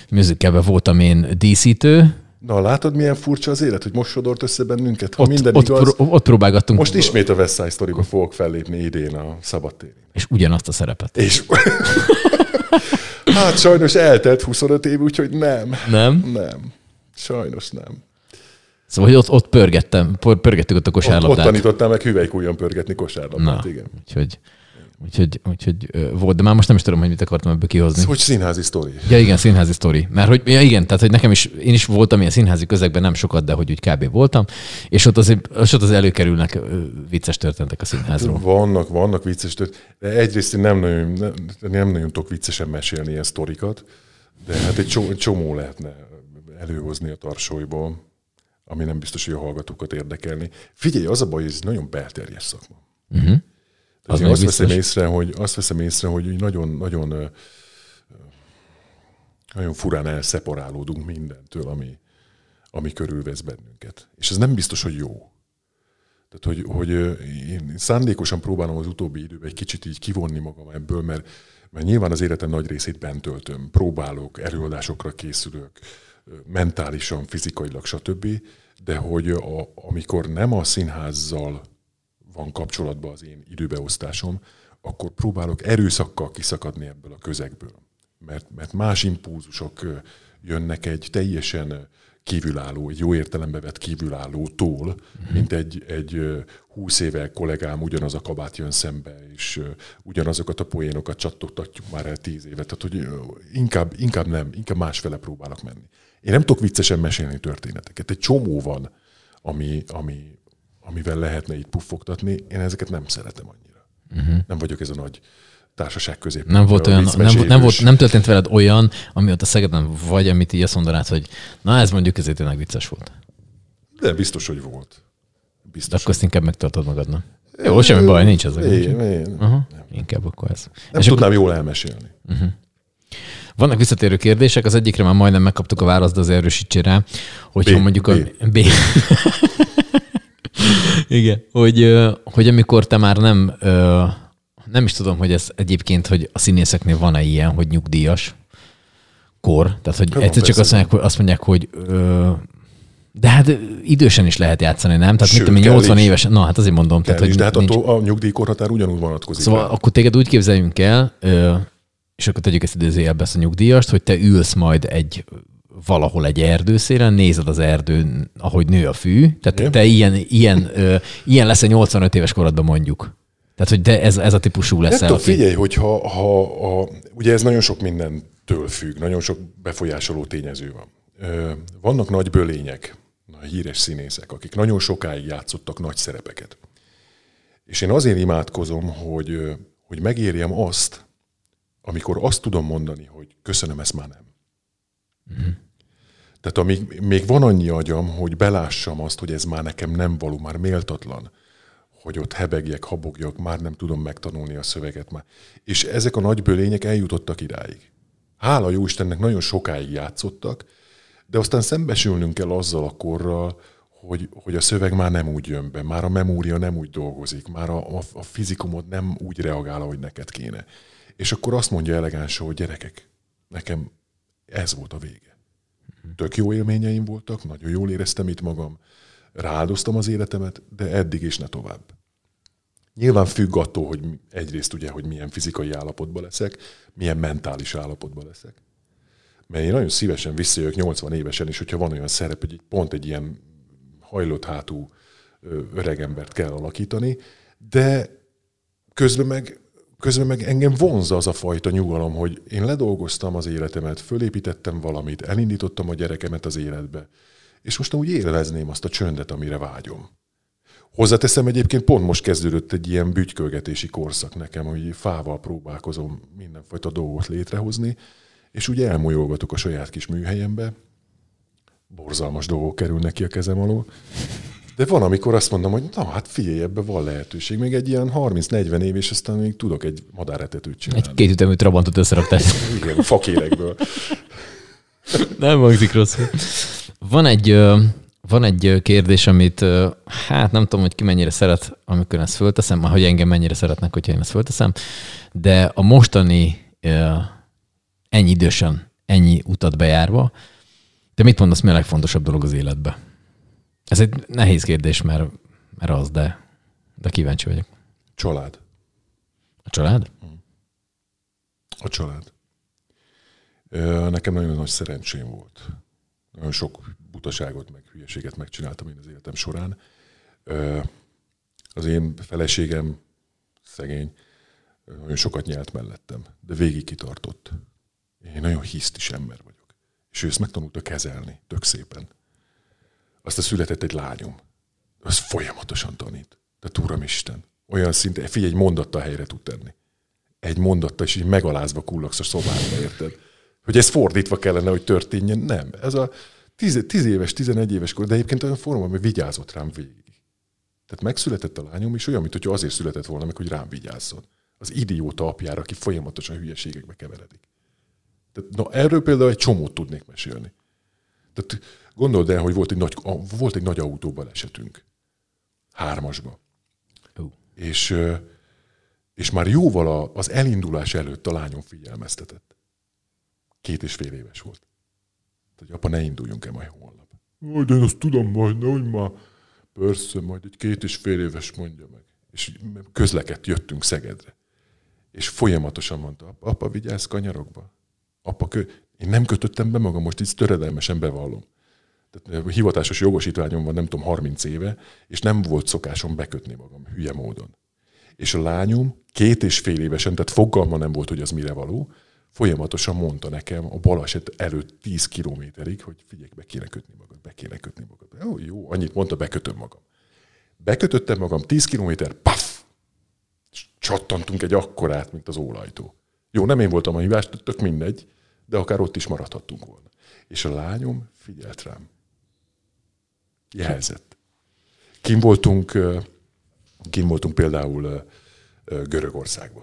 musicalben voltam én díszítő. Na, látod, milyen furcsa az élet, hogy most sodort össze bennünket? Ha ott, minden ott, igaz, pró- ott próbálgattunk. Most ismét a West Side Story-ba fogok fellépni idén a szabadtéri. És ugyanazt a szerepet. És... hát sajnos eltelt huszonöt év, úgyhogy nem. Nem? Nem. Sajnos nem. Szóval, hogy ott, ott pörgettem, pörgettük ott a kosárlabdát. Ott, ott tanítottál meg hüvelykújjon pörgetni kosárlabdát, Na, igen. Úgyhogy, úgyhogy, úgyhogy volt, de már most nem is tudom, hogy mit akartam ebből kihozni. Hogy színházi sztori. Ja igen, színházi sztori. Mert hogy, ja igen, tehát hogy nekem is, én is voltam ilyen színházi közegben, nem sokat, de hogy úgy kb. Voltam, és ott azért, ott az előkerülnek vicces történetek a színházról. Vannak, vannak vicces történetek, de egyrészt én nem nagyon, nem, nem nagyon tudok viccesen mesélni ilyen sztorikat, de hát egy csomó, csomó lehetne előhozni a tarsolyból, ami nem biztos, hogy a hallgatókat érdekelni. Figyelj, az a baj, hogy ez nagyon belterjes szakma. Uh-huh. Az azt, veszem észre, hogy, azt veszem észre, hogy nagyon, nagyon, nagyon furán elszeparálódunk mindentől, ami, ami körülvesz bennünket. És ez nem biztos, hogy jó. Tehát, hogy, hogy én szándékosan próbálom az utóbbi időben egy kicsit így kivonni magam ebből, mert, mert nyilván az életem nagy részét bent töltöm. Próbálok, előadásokra készülök, mentálisan, fizikailag, stb. De hogy a, amikor nem a színházzal van kapcsolatban az én időbeosztásom, akkor próbálok erőszakkal kiszakadni ebből a közegből. Mert, mert más impulzusok jönnek egy teljesen kívülálló, egy jó értelembe vett kívülállótól, mm-hmm. mint egy, egy húsz éve kollégám ugyanaz a kabát jön szembe, és ugyanazokat a poénokat csattogtatjuk már el tíz évet. Tehát, hogy inkább, inkább nem, inkább másfele próbálok menni. Én nem tudok viccesen mesélni történeteket. Egy csomó van, ami, ami, amivel lehetne itt puffogtatni. Én ezeket nem szeretem annyira. Uh-huh. Nem vagyok ez a nagy társaság középén. Nem volt olyan, nem, nem, volt, nem történt veled olyan, ami ott a Szegeden vagy, amit így azt mondanád, hogy na ez mondjuk ezért tényleg vicces volt. De biztos, hogy volt. Biztos. De akkor ezt inkább megtartod magadnak. Jó, semmi baj, nincs az. Én, én, én. Uh-huh. Inkább akkor ez. Nem és tudnám akkor... jól elmesélni. Uh-huh. Vannak visszatérő kérdések, az egyikre már majdnem megkaptuk a választ, de az erősítse rá, hogyha B, mondjuk B. a... B. Igen, hogy, hogy amikor te már nem, nem is tudom, hogy ez egyébként, hogy a színészeknél van-e ilyen, hogy nyugdíjas kor, tehát hogy egyszer csak azt mondják, azt mondják, hogy de hát idősen is lehet játszani, nem? Tehát Sőt, mit tudom, nyolcvan évesen, na hát azért mondom. Tehát, is, hogy de hát nincs... a, a nyugdíjkorhatár ugyanúgy vonatkozik. Szóval rá. Akkor téged úgy képzeljünk el, és akkor tegyük ezt idézőjelbe ezt a nyugdíjast, hogy te ülsz majd egy valahol egy erdőszélen, nézed az erdőn, ahogy nő a fű, tehát Igen. te ilyen, ilyen, ö, ilyen lesz a nyolcvanöt éves korodban mondjuk. Tehát, hogy de ez, ez a típusú lesz. Nem tudom, figyelj, hogy ha, ha a, ugye ez nagyon sok mindentől függ, nagyon sok befolyásoló tényező van. Ö, vannak nagy bölények, a híres színészek, akik nagyon sokáig játszottak nagy szerepeket. És én azért imádkozom, hogy, hogy megérjem azt, amikor azt tudom mondani, hogy köszönöm, ezt már nem. Mm. Tehát amíg még van annyi agyam, hogy belássam azt, hogy ez már nekem nem való, már méltatlan, hogy ott hebegjek, habogjak, már nem tudom megtanulni a szöveget már. És ezek a nagy bölények eljutottak idáig. Hála jó Istennek nagyon sokáig játszottak, de aztán szembesülnünk kell azzal a korral, hogy, hogy a szöveg már nem úgy jön be, már a memória nem úgy dolgozik, már a, a, a fizikumod nem úgy reagál, ahogy neked kéne. És akkor azt mondja elegánsan, hogy gyerekek, nekem ez volt a vége. Tök jó élményeim voltak, nagyon jól éreztem itt magam, rááldoztam az életemet, de eddig és ne tovább. Nyilván függ attól, hogy egyrészt ugye, hogy milyen fizikai állapotban leszek, milyen mentális állapotban leszek. Mert én nagyon szívesen visszajövök nyolcvan évesen is, hogyha van olyan szerep, hogy pont egy ilyen hajlott hátú öregembert kell alakítani, de közben meg, közben meg engem vonzza az a fajta nyugalom, hogy én ledolgoztam az életemet, fölépítettem valamit, elindítottam a gyerekemet az életbe, és most úgy élvezném azt a csöndet, amire vágyom. Hozzáteszem, egyébként pont most kezdődött egy ilyen bütykölgetési korszak nekem, hogy fával próbálkozom mindenfajta dolgot létrehozni, és úgy elmolyolgatok a saját kis műhelyembe. Borzalmas dolgok kerülnek ki a kezem alól. De van, amikor azt mondom, hogy na hát figyelj, ebben van lehetőség. Még egy ilyen harminc-negyven év, és aztán még tudok egy madáretetőt csinálni. Egy kétütemű trabantot összeraktál. Igen, fakérekből. Nem hangzik rosszul. Van egy, van egy kérdés, amit hát nem tudom, hogy ki mennyire szeret, amikor ezt fölteszem, hogy engem mennyire szeretnek, hogyha én ezt fölteszem, de a mostani ennyi idősen ennyi utat bejárva. Te mit mondasz, mi a legfontosabb dolog az életben? Ez egy nehéz kérdés, mert, mert az, de, de kíváncsi vagyok. Család. A család? A család. Nekem nagyon nagy szerencsém volt. Nagyon sok butaságot, meg hülyeséget megcsináltam én az életem során. Az én feleségem szegény, nagyon sokat nyelt mellettem, de végig kitartott. Én nagyon hisztis ember vagyok. És ő ezt megtanulta kezelni, tök szépen. Aztán született egy lányom. Az folyamatosan tanít. De Uramisten, olyan szinten, figyelj, egy mondattal helyre tud tenni. Egy mondattal, és így megalázva kullogsz a szobádba, érted? Hogy ez fordítva kellene, hogy történjen. Nem. Ez a tíz, tíz éves, tizenegy éves kor, de egyébként olyan formában, hogy vigyázott rám végig. Tehát megszületett a lányom, és olyan, mintha azért született volna meg, hogy rám vigyázzon. Az idióta apjára, aki folyamatosan hülyeségekbe keveredik. Tehát, na, erről például egy csomót tudnék mesélni. Tehát gondold el, hogy volt egy nagy, volt egy nagy autóbalesetünk. Hármasba. Uh. És, és már jóval az elindulás előtt a lányom figyelmeztetett. Két és fél éves volt. Tehát, apa, ne induljunk el majd holnap. Ó, de én azt tudom majd, nehogy már. Persze, majd egy két és fél éves mondja meg. És közlekedt, jöttünk Szegedre. És folyamatosan mondta, apa, vigyázz kanyarokba. Apa, kö... Én nem kötöttem be magam, most így töredelmesen bevallom. Tehát hivatásos jogosítványom van, nem tudom, harminc éve, és nem volt szokásom bekötni magam hülye módon. És a lányom két és fél évesen, tehát fogalma nem volt, hogy az mire való, folyamatosan mondta nekem a baleset előtt tíz kilométerig, hogy figyelj, be kéne kötni magad, be kéne kötni magad. Jó, jó, annyit mondta, bekötöm magam. Bekötöttem magam, tíz kilométer, paf! És csattantunk egy akkorát, mint az ólajtó. Jó, nem én voltam a hívás, tök mindegy, de akár ott is maradhattunk volna. És a lányom figyelt rám. Jelzett. Kim voltunk, kim voltunk például Görögországban.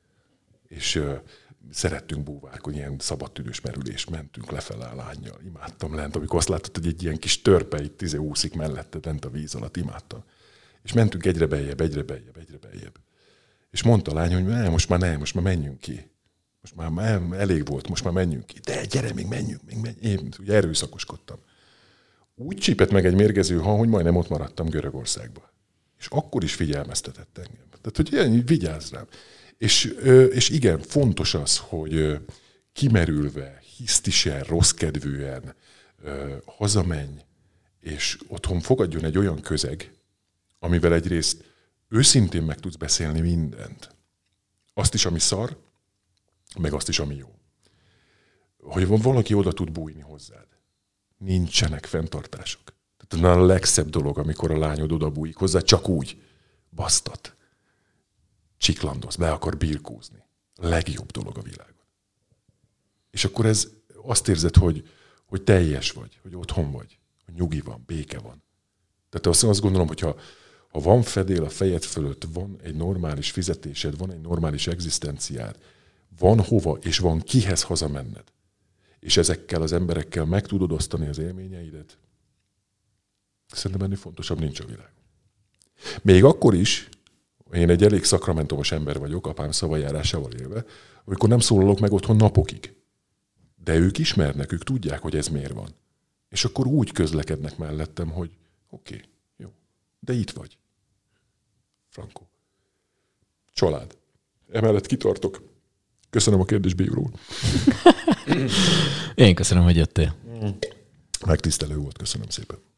És szerettünk búvárkodni, ilyen szabadtűnős merülést, mentünk lefele a lánnyal. Imádtam lent, amikor azt láttad, hogy egy ilyen kis törpe itt tíze úszik mellette, lent a víz alatt, imádtam. És mentünk egyre beljebb, egyre beljebb, egyre beljebb. És mondta a lány, hogy ne, most már ne, most már menjünk ki. Most már, már elég volt, most már menjünk ki. De gyere, még menjünk, még menjünk. Én ugye erőszakoskodtam. Úgy csípett meg egy mérgező hang, hogy majdnem ott maradtam Görögországba. És akkor is figyelmeztetett engem. Tehát, hogy ilyen, vigyázz rám. És, és igen, fontos az, hogy kimerülve, hisztisen, rosszkedvűen hazamenj, és otthon fogadjon egy olyan közeg, amivel egyrészt őszintén meg tudsz beszélni mindent. Azt is, ami szar, meg azt is, ami jó. Hogy valaki oda tud bújni hozzád. Nincsenek fenntartások. Tehát a legszebb dolog, amikor a lányod oda bújik hozzá, csak úgy basztat. Csiklandoz, be akar birkózni. A legjobb dolog a világon. És akkor ez azt érzed, hogy, hogy teljes vagy, hogy otthon vagy, hogy nyugi van, béke van. Tehát azt, azt gondolom, hogy ha, ha van fedél a fejed fölött, van egy normális fizetésed, van egy normális egzisztenciád, van hova és van kihez hazamenned, és ezekkel az emberekkel meg tudod osztani az élményeidet, szerintem ennél fontosabb nincs a világon. Még akkor is, én egy elég szakramentumos ember vagyok, apám szavajárásával élve, amikor nem szólalok meg otthon napokig. De ők ismernek, ők tudják, hogy ez miért van. És akkor úgy közlekednek mellettem, hogy oké, okay, jó, de itt vagy. Franco. Család. Emellett kitartok. Köszönöm a kérdést, Bír úr. Én köszönöm, hogy jöttél. Megtisztelő volt, köszönöm szépen.